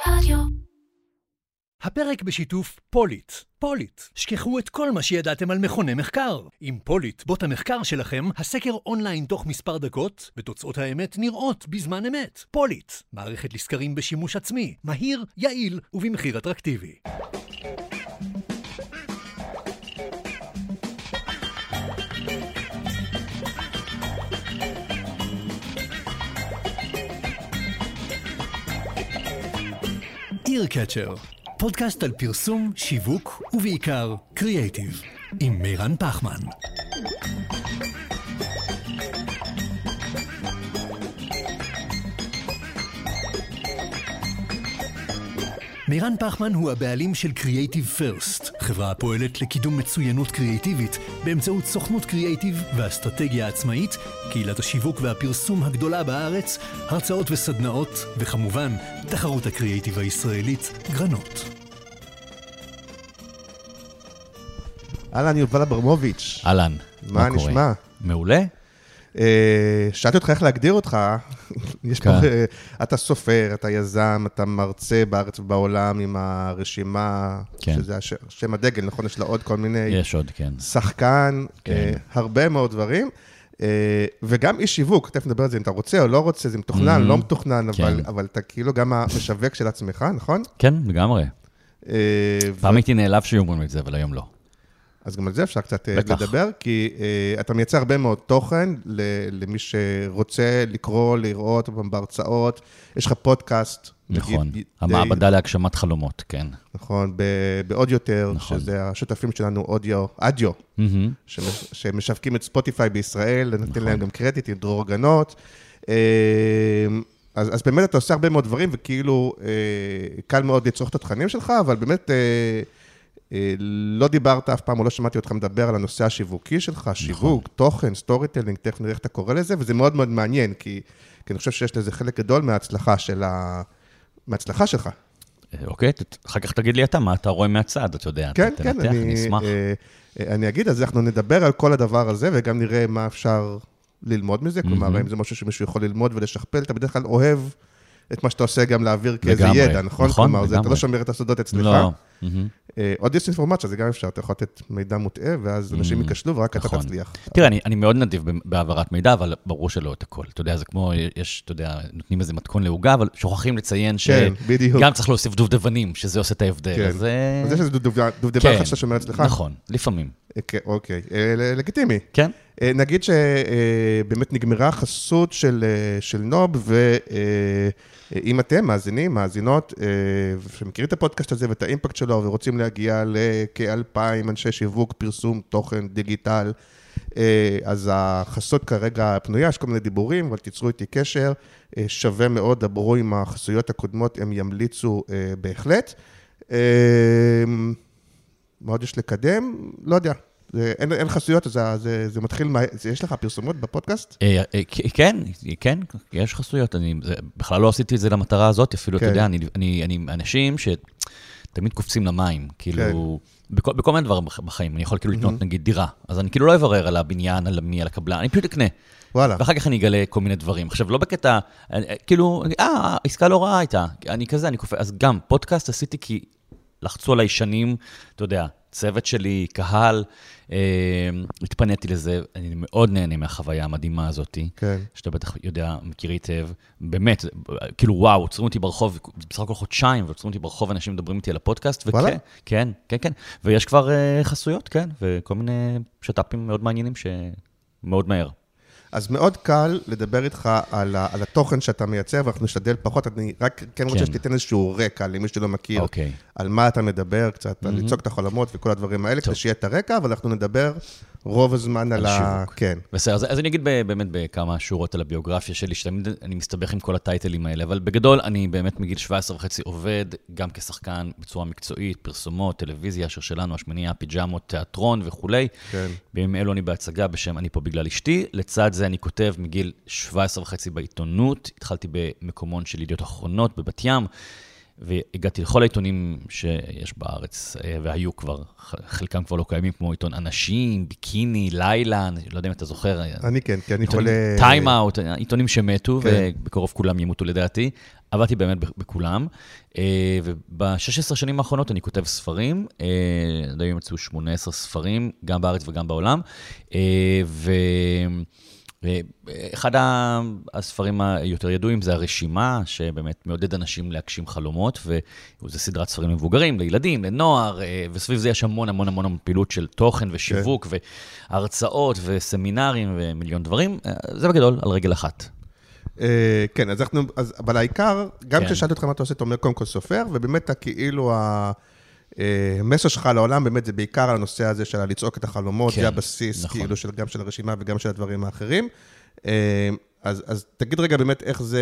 רדיו. הפרק בשיתוף פוליט. פוליט, שכחו את כל מה שידעתם על מכוני מחקר. עם פוליט, בוט המחקר שלכם, הסקר אונליין תוך מספר דקות, ותוצאות האמת נראות בזמן אמת. פוליט, מערכת לסקרים בשימוש עצמי, מהיר, יעיל ובמחיר אטרקטיבי. אירקצ'ר, פודקאסט על פרסום, שיווק ובעיקר קריאייטיב, עם מירן פחמן. מירן פחמן הוא הבעלים של קריאייטיב פרסט, חברה הפועלת לקידום מצוינות קריאייטיבית באמצעות סוכנות קריאייטיב ואסטרטגיה עצמאית, קהילת השיווק והפרסום הגדולה בארץ, הרצאות וסדנאות, וכמובן, תחרות הקריאייטיב הישראלית, גרנות. אהלן, יובל אברמוביץ'. אהלן, מה נשמע? מעולה. שאלתי אותך איך להגדיר אותך, יש פה, אתה סופר, אתה יזם, אתה מרצה בארץ ובעולם עם הרשימה, שזה השם הדגל, נכון? יש לה עוד כל מיני... יש עוד, כן. שחקן, הרבה מאוד דברים, וגם איש שיווק, תכף נדבר על זה אם אתה רוצה או לא רוצה, זה מתוכנן, לא מתוכנן, אבל אתה כאילו גם המשווק של עצמך, נכון? כן, לגמרי. פעם הייתי נעלב שיאמרים את זה, אבל היום לא. אז גם על זה אפשר קצת לדבר, כי אתה מייצר הרבה מאוד תוכן למי שרוצה לקרוא, לראות בהרצאות. יש לך פודקאסט. נכון, המעבדה להגשמת חלומות, כן. נכון, בעוד יותר, שזה השותפים שלנו, אדיו, שמשווקים את ספוטיפיי בישראל, נתן להם גם קרדיט, עם דרור גנות. אז באמת אתה עושה הרבה מאוד דברים, וכאילו קל מאוד לצרוך את התכנים שלך, אבל באמת... לא דיברת אף פעם, או לא שמעתי אותך מדבר על הנושא השיווקי שלך, שיווק, תוכן, סטורי טלינג, תכף נראה איך אתה קורא לזה, וזה מאוד מאוד מעניין, כי אני חושב שיש לזה חלק גדול מההצלחה שלך. אוקיי, אחר כך תגיד לי אתה, מה אתה רואה מהצד, אתה יודע, כן, אני אשמח. אני אגיד, אז אנחנו נדבר על כל הדבר הזה, וגם נראה מה אפשר ללמוד מזה, כלומר, אם זה משהו שמישהו יכול ללמוד ולשכפל, אתה בדרך כלל אוהב את מה שאתה עושה גם להעביר כאיזה ידע, נכון? כלומר, אתה לא שומר את הסודות אצלך. לא. עוד יש אינפורמציה, זה גם אפשר, אתה יכול לתת מידע מוטעה, ואז אנשים ייכשלו ורק אתה תצליח. תראה, אני מאוד נדיב בהעברת מידע, אבל ברור שלא את הכל. אתה יודע, זה כמו, יש, אתה יודע, נותנים איזה מתכון לעוגה, אבל שוכחים לציין שגם צריך להוסיף דובדבנים, שזה עושה את ההבדל. אז יש איזה דובדבן אחד שאתה שומר אצלך? נכון, לפעמים. אוקיי, לגיטימי. כן. נגיד שבאמת נגמרה החסות של נוב, ואם אתם מאזינים, מאזינות, שמכירים את הפודקאסט הזה ואת האימפקט שלו, ורוצים להגיע לכ-2,000 אנשי שיווק, פרסום, תוכן, דיגיטל, אז החסות כרגע פנויה, יש כל מיני דיבורים, אבל תיצרו איתי קשר, שווה מאוד, דברו עם החסויות הקודמות, הם ימליצו בהחלט. מה עוד יש לקדם? לא יודע. אין חסויות, זה מתחיל, יש לך פרסומות בפודקאסט? כן, יש חסויות, אני בכלל לא עשיתי את זה למטרה הזאת, אפילו, אתה יודע, אני אנשים שתמיד קופצים למים, כאילו, בכל מיני דבר בחיים, אני יכול כאילו לקנות נגיד דירה, אז אני כאילו לא אברר על הבניין, על המי, על הקבלן, אני פשוט אקנה, ואחר כך אני אגלה כל מיני דברים. עכשיו, לא בקטע, כאילו, עסקה לא רעה הייתה, אני כזה, אני קופא, אז גם פודקאסט עשיתי כי לחצו עליי שנים, אתה יודע, צוות שלי, קהל, התפניתי לזה, אני מאוד נהנה מהחוויה המדהימה הזאת, שאתה בטח יודע, מכיר היטב, באמת, כאילו וואו, עוצרים אותי ברחוב, בסך הכל חודשיים, ועוצרים אותי ברחוב, אנשים מדברים איתי על הפודקאסט, וכן, כן, ויש כבר חסויות, כן, וכל מיני שטאפים מאוד מעניינים שמאוד מהר. אז מאוד קל לדבר איתך על התוכן שאתה מייצר, ואנחנו נשתדל פחות, אני רק כן רוצה שתיתן איזשהו רקע למי שלא מכיר, על מה אתה מדבר קצת, על לצוק את החלומות וכל הדברים האלה, כדי שיהיה את הרקע, אבל אנחנו נדבר רוב הזמן על כן. בסדר, אז אני אגיד באמת בכמה שורות על הביוגרפיה שלי, שתמיד אני מסתבך עם כל הטייטלים האלה, אבל בגדול אני באמת מגיל 17 וחצי עובד, גם כשחקן בצורה מקצועית, פרסומות, טלוויזיה, אשר שלנו, השמניה, פיג'מות, תיאטרון וכולי. בימים אלו אני בהצגה בשם אני פה בגלל אשתי, לצד זה אני כותב מגיל 17 וחצי בעיתונות, התחלתי במקומון של ידיעות אחרונות בבת ים, והגעתי לכל העיתונים שיש בארץ, והיו כבר, חלקם כבר לא קיימים, כמו עיתון אנשים, ביקיני, לילה, לא יודע אם אתה זוכר. אני כן, כי אני חולה... טיים-אאוט, עיתונים שמתו, ובקרוב כולם ימותו לדעתי. עבדתי באמת בכולם, וב-16 שנים האחרונות אני כותב ספרים, די ימצאו 18 ספרים, גם בארץ וגם בעולם, ואחד הספרים היותר ידועים זה הרשימה, שבאמת מעודד אנשים להגשים חלומות, וזה סדרת ספרים למבוגרים, לילדים, לנוער, וסביב זה יש המון המון המון פעילות של תוכן ושיווק, והרצאות וסמינרים ומיליון דברים, זה בגדול על רגל אחת. כן, אבל העיקר, גם כששאלתי אותך מה אתה עושה, אתה אומר קודם כל סופר, ובאמת כאילו המסר שלך לעולם, באמת זה בעיקר על הנושא הזה של לצעוק את החלומות, זה הבסיס כאילו גם של הרשימה וגם של הדברים האחרים. אז תגיד רגע באמת איך זה,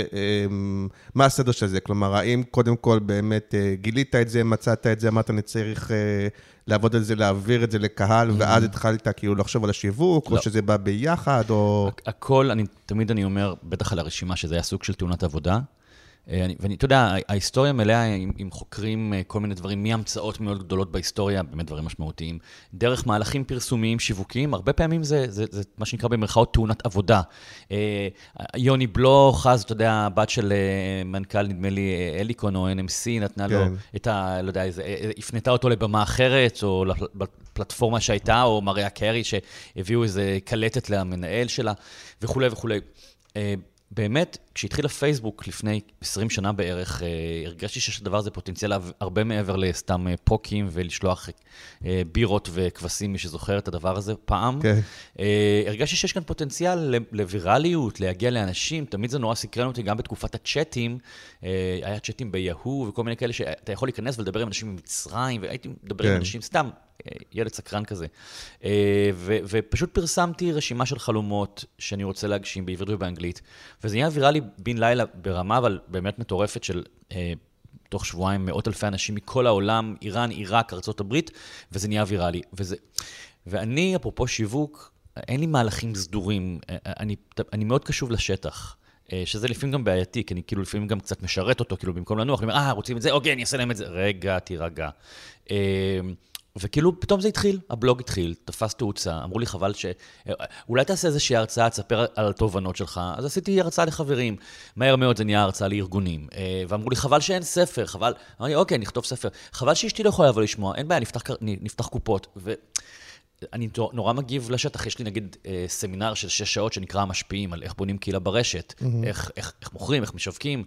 מה הסדר של זה? כלומר, האם קודם כל באמת גילית את זה, מצאת את זה, אמרת אני צריך לעבוד על זה, להעביר את זה לקהל, ואז התחלת כאילו לחשוב על השיווק, או שזה בא ביחד, או... הכל, תמיד אני אומר, בטח על הרשימה, שזה היה סוג של תאונת עבודה, ואתה יודע, ההיסטוריה מלאה עם חוקרים כל מיני דברים, מהמצאות מאוד גדולות בהיסטוריה, באמת דברים משמעותיים, דרך מהלכים פרסומיים, שיווקיים, הרבה פעמים זה מה שנקרא במרכאות תאונת עבודה. יוני בלוך, אז אתה יודע, הבת של מנכ"ל, נדמה לי, אליקון או NMC, נתנה לו את לא יודע, הפנתה אותו לבמה אחרת, או לפלטפורמה שהייתה, או מריה קרי, שהביאו איזה קלטת למנהל שלה, וכו' וכו'. באמת, כשהתחיל הפייסבוק לפני 20 שנה בערך, הרגשתי שיש לדבר הזה פוטנציאל הרבה מעבר לסתם פוקים ולשלוח בירות וכבשים, מי שזוכר את הדבר הזה פעם. הרגשתי שיש כאן פוטנציאל לווירליות, להגיע לאנשים, תמיד זה נורא סקרן אותי, גם בתקופת הצ'אטים, היה צ'אטים ביהו וכל מיני כאלה שאתה יכול להיכנס ולדבר עם אנשים ממצרים, והייתי מדבר עם אנשים סתם, ילד סקרן כזה. ופשוט פרסמתי רשימה של חלומות שאני רוצה להגשים בעברית ובאנגלית, וזה נהיה ויראלי בן לילה ברמה, אבל באמת מטורפת של תוך שבועיים מאות אלפי אנשים מכל העולם, איראן, עיראק, ארצות הברית, וזה נהיה ויראלי. ואני, אפרופו שיווק, אין לי מהלכים סדורים, אני מאוד קשוב לשטח. שזה לפעמים גם בעייתי, כי אני כאילו לפעמים גם קצת משרת אותו, כאילו במקום לנוח, אני אומר, רוצים את זה? אוקיי, אני אעשה להם את זה. רגע, תירגע. וכאילו פתאום זה התחיל, הבלוג התחיל, תפס תאוצה, אמרו לי חבל אולי תעשה איזושהי הרצאה, תספר על התובנות שלך, אז עשיתי הרצאה לחברים, מהר מאוד זה נהיה הרצאה לארגונים, ואמרו לי חבל שאין ספר, חבל, אמרתי אוקיי, נכתוב ספר, חבל שאשתי לא יכולה לבוא לשמוע, אין בעיה, נפתח קופות, אני נורא מגיב לשטח, יש לי נגיד סמינר של 6 שעות שנקרא המשפיעים, על איך בונים קהילה ברשת, איך מוכרים, איך משווקים.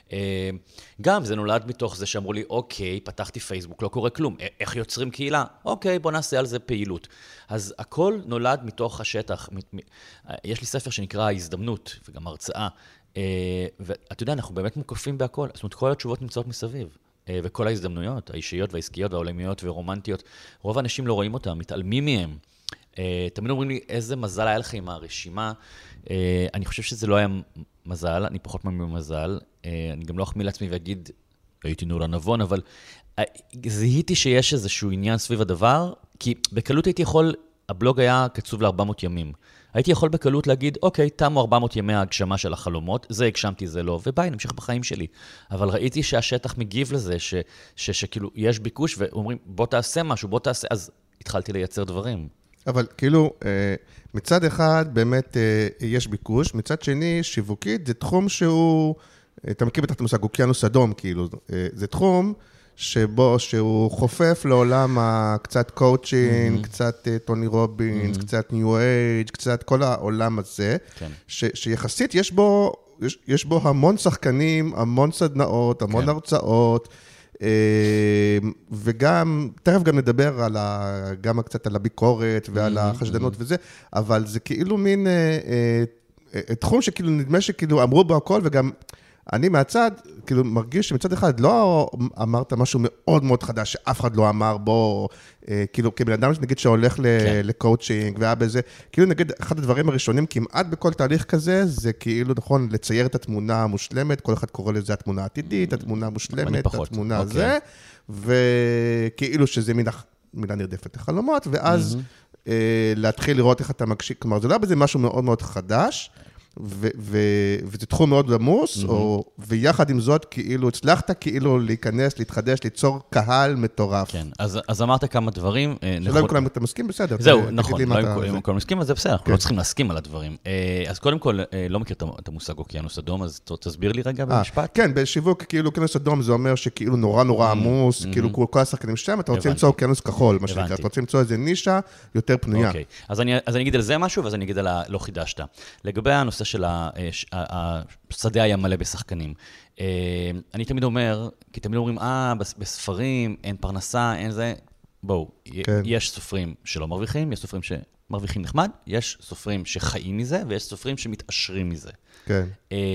גם זה נולד מתוך זה שאמרו לי, אוקיי, פתחתי פייסבוק, לא קורה כלום, איך יוצרים קהילה? אוקיי, בוא נעשה על זה פעילות. אז הכל נולד מתוך השטח. יש לי ספר שנקרא ההזדמנות, וגם הרצאה, ואתה יודע, אנחנו באמת מוקפים בהכל, זאת אומרת, כל התשובות נמצאות מסביב. וכל ההזדמנויות, האישיות והעסקיות והעולמיות ורומנטיות, רוב האנשים לא רואים אותם, מתעלמים מהם. תמיד אומרים לי, איזה מזל היה לך עם הרשימה. אני חושב שזה לא היה מזל, אני פחות מאמין במזל. אני גם לא אחמיא לעצמי ואגיד, הייתי נורא נבון, אבל זיהיתי שיש איזשהו עניין סביב הדבר, כי בקלות הייתי יכול, הבלוג היה קצוב ל-400 ימים. הייתי יכול בקלות להגיד, אוקיי, תמו 400 ימי ההגשמה של החלומות, זה הגשמתי, זה לא, וביי, נמשיך בחיים שלי. אבל ראיתי שהשטח מגיב לזה, שכאילו יש ביקוש, ואומרים, בוא תעשה משהו, בוא תעשה, אז התחלתי לייצר דברים. אבל כאילו, מצד אחד באמת יש ביקוש, מצד שני, שיווקית, זה תחום שהוא, אתה מכיר בטח את המושג, אוקיינוס אדום, כאילו, זה תחום שהוא חופף לעולם קצת קואוצ'ינג, קצת טוני רובינס, קצת ניו אייג', קצת כל העולם הזה, שיחסית יש בו המון שחקנים, המון סדנאות, המון הרצאות, וגם, תכף גם נדבר גם קצת על הביקורת ועל החשדנות וזה, אבל זה כאילו מין תחום שכאילו נדמה שכאילו אמרו בו הכל, וגם אני מהצד, כאילו מרגיש שמצד אחד לא אמרת משהו מאוד מאוד חדש, שאף אחד לא אמר בו, כאילו כבן אדם שנגיד שהולך לקואוצ'ינג והיה בזה, כאילו נגיד אחד הדברים הראשונים כמעט בכל תהליך כזה, זה כאילו נכון לצייר את התמונה המושלמת, כל אחד קורא לזה התמונה העתידית, התמונה המושלמת, התמונה הזה, וכאילו שזה מילה נרדפת לחלומות, ואז להתחיל לראות איך אתה מקשיב, כלומר זה לא בזה משהו מאוד מאוד חדש, וזה תחום מאוד עמוס, ויחד עם זאת, כאילו, הצלחת כאילו להיכנס, להתחדש, ליצור קהל מטורף. כן, אז אמרת כמה דברים. שלא עם כולם אתה מסכים, בסדר. זהו, נכון, לא עם כולם מסכים, אז זה בסדר, אנחנו לא צריכים להסכים על הדברים. אז קודם כל, לא מכיר את המושג אוקיינוס אדום, אז תסביר לי רגע במשפט. כן, בשיווק, כאילו, אוקיינוס אדום זה אומר שכאילו נורא עמוס, כאילו כל השחקנים שם, אתה רוצה למצוא אוקיינוס כחול, מה שנקרא, אתה רוצה למצוא איזה נישה יותר פנויה. אוקיי, אז אני אגיד על זה משהו, ואז אני אגיד על לא חידשת. לגבי הנושא של השדה היה מלא בשחקנים. אני תמיד אומר, כי תמיד אומרים, בספרים אין פרנסה, אין זה. בואו, יש סופרים שלא מרוויחים, יש סופרים שמרוויחים נחמד, יש סופרים שחיים מזה, ויש סופרים שמתעשרים מזה. כן.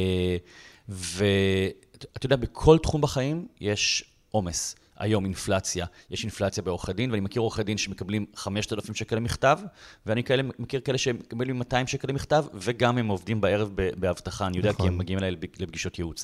ואתה יודע, בכל תחום בחיים יש עומס. היום אינפלציה, יש אינפלציה בעורכי דין, ואני מכיר עורכי דין שמקבלים 5,000 שקל למכתב, ואני מכיר כאלה שמקבלים 200 שקל למכתב, וגם הם עובדים בערב בהבטחה, אני יודע, כי הם מגיעים אליי לפגישות ייעוץ.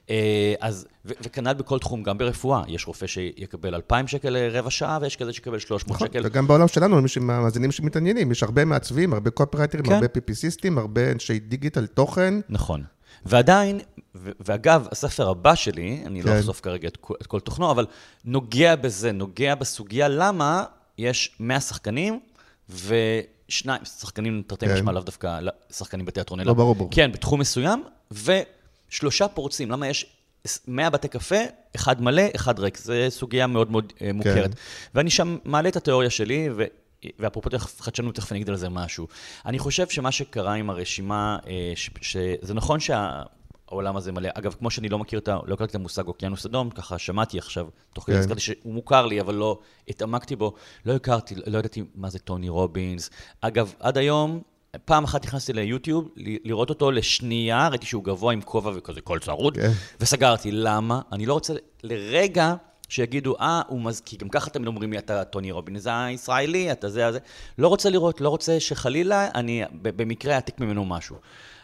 וכנ"ל בכל תחום, גם ברפואה, יש רופא שיקבל 2,000 שקל רבע שעה, ויש כזה שיקבל 300 שקל. וגם בעולם שלנו, מאזינים שמתעניינים, יש הרבה מעצבים, הרבה קופרייטרים, הרבה פיפיסיסטים, הרבה אנשי דיגיטל תוכן. נכון. ועדיין, ואגב, הספר הבא שלי, אני לא אחשוף כרגע את כל תוכנו, אבל נוגע בזה, נוגע בסוגיה, למה יש 100 שחקנים, ושניים, שחקנים תרתי משמע, לאו דווקא שחקנים בתיאטרון, לא ברור. כן, בתחום מסוים, ושלושה פורצים, למה יש 100 בתי קפה, אחד מלא, אחד ריק, זו סוגיה מאוד מאוד מוכרת. ואני שם מעלה את התיאוריה שלי, ואפרופו חדשנות, תכף אני אגיד על זה משהו. אני חושב שמה שקרה עם הרשימה, שזה נכון שהעולם הזה מלא, אגב, כמו שאני לא מכיר לא הכרתי את המושג אוקיינוס אדום, ככה שמעתי עכשיו, תוך כדי הזכרתי שהוא מוכר לי, אבל לא התעמקתי בו, לא הכרתי, לא ידעתי מה זה טוני רובינס. אגב, עד היום, פעם אחת נכנסתי ליוטיוב, לראות אותו לשנייה, ראיתי שהוא גבוה עם כובע וכזה קול צרוד, וסגרתי. למה? אני לא רוצה לרגע שיגידו, כי גם ככה תמיד אומרים לי, אתה טוני רובינס, זה הישראלי, אתה זה. לא רוצה לראות, לא רוצה שחלילה, אני במקרה אעתיק ממנו משהו.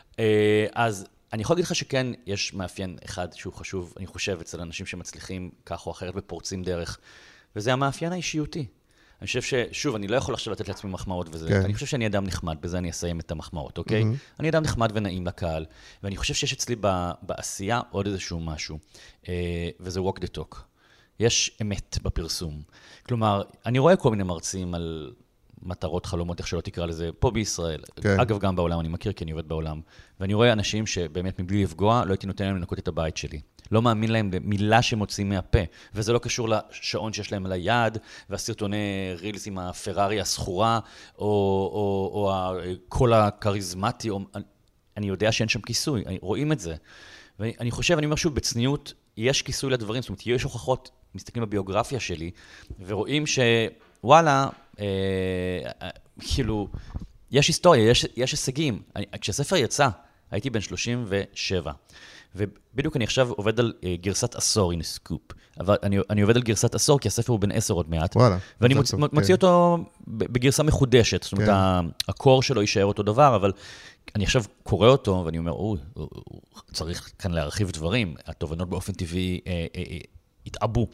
אז אני יכול להגיד לך שכן, יש מאפיין אחד שהוא חשוב, אני חושב, אצל אנשים שמצליחים כך או אחרת ופורצים דרך, וזה המאפיין האישיותי. אני חושב ששוב, אני לא יכול עכשיו לתת לעצמי מחמאות וזה. כן. אני חושב שאני אדם נחמד, בזה אני אסיים את המחמאות, אוקיי? אני אדם נחמד ונעים לקהל, ואני חושב שיש אצלי בעשייה עוד איזשהו משהו, וזה walk the talk. יש אמת בפרסום. כלומר, אני רואה כל מיני מרצים על מטרות, חלומות, איך שלא תקרא לזה, פה בישראל. כן. אגב, גם בעולם, אני מכיר כי אני עובד בעולם. ואני רואה אנשים שבאמת מבלי לפגוע, לא הייתי נותן להם לנקות את הבית שלי. לא מאמין להם במילה שמוצאים מהפה. וזה לא קשור לשעון שיש להם על היד, והסרטוני רילס עם הפרארי הסחורה, או הקול הכריזמטי, אני יודע שאין שם כיסוי, רואים את זה. ואני חושב, אני אומר שוב, בצניעות, יש כיסוי לדברים, זאת אומרת, יש הוכחות, מסתכלים בביוגרפיה שלי, ורואים שוואלה, כאילו, יש היסטוריה, יש הישגים. כשהספר יצא, הייתי בן 37, ובדיוק אני עכשיו עובד על גרסת עשור, הנה סקופ, אבל אני עובד על גרסת עשור, כי הספר הוא בן 10 עוד מעט, ואני מוציא אותו בגרסה מחודשת, זאת אומרת, הקור שלו יישאר אותו דבר, אבל אני עכשיו קורא אותו, ואני אומר, צריך כאן להרחיב דברים, התובנות באופן טבעי התעבו.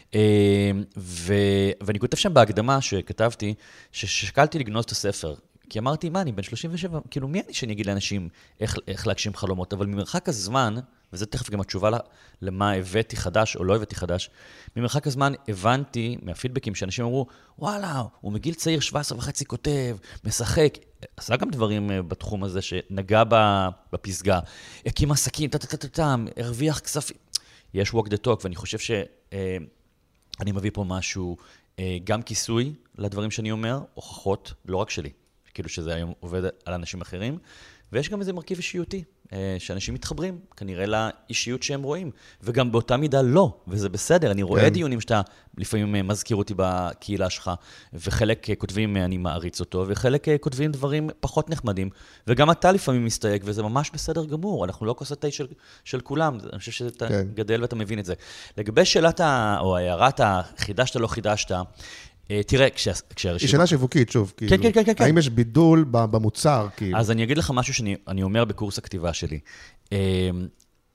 ואני כותב שם בהקדמה שכתבתי, ששקלתי לגנוז את הספר, כי אמרתי, אני בן 37, כאילו מי אני שאני אגיד לאנשים איך להגשים חלומות, אבל ממרחק הזמן, וזה תכף גם התשובה למה הבאתי חדש או לא הבאתי חדש, ממרחק הזמן הבנתי מהפידבקים שאנשים אמרו, וואלה, הוא מגיל צעיר 17.5 כותב, משחק, עשה גם דברים בתחום הזה שנגע בפסגה, הקים עסקים, הרוויח כספים. יש walk the talk, ואני חושב שאני מביא פה משהו, גם כיסוי לדברים שאני אומר, הוכחות, לא רק שלי, כאילו שזה היום עובד על אנשים אחרים, ויש גם איזה מרכיב אישיותי, שאנשים מתחברים, כנראה לאישיות שהם רואים, וגם באותה מידה לא, וזה בסדר, אני רואה דיונים שאתה לפעמים מזכיר אותי בקהילה שלך, וחלק כותבים אני מעריץ אותו, וחלק כותבים דברים פחות נחמדים, וגם אתה לפעמים מסתייג, וזה ממש בסדר גמור, אנחנו לא כוסת תה של כולם, אני חושב שאתה גדל ואתה מבין את זה. לגבי שאלת, או הערת החידשת לא חידשת, תראה, היא שאלה שיווקית, שוב, כן. האם יש בידול במוצר, כאילו? אז אני אגיד לך משהו שאני אומר בקורס הכתיבה שלי.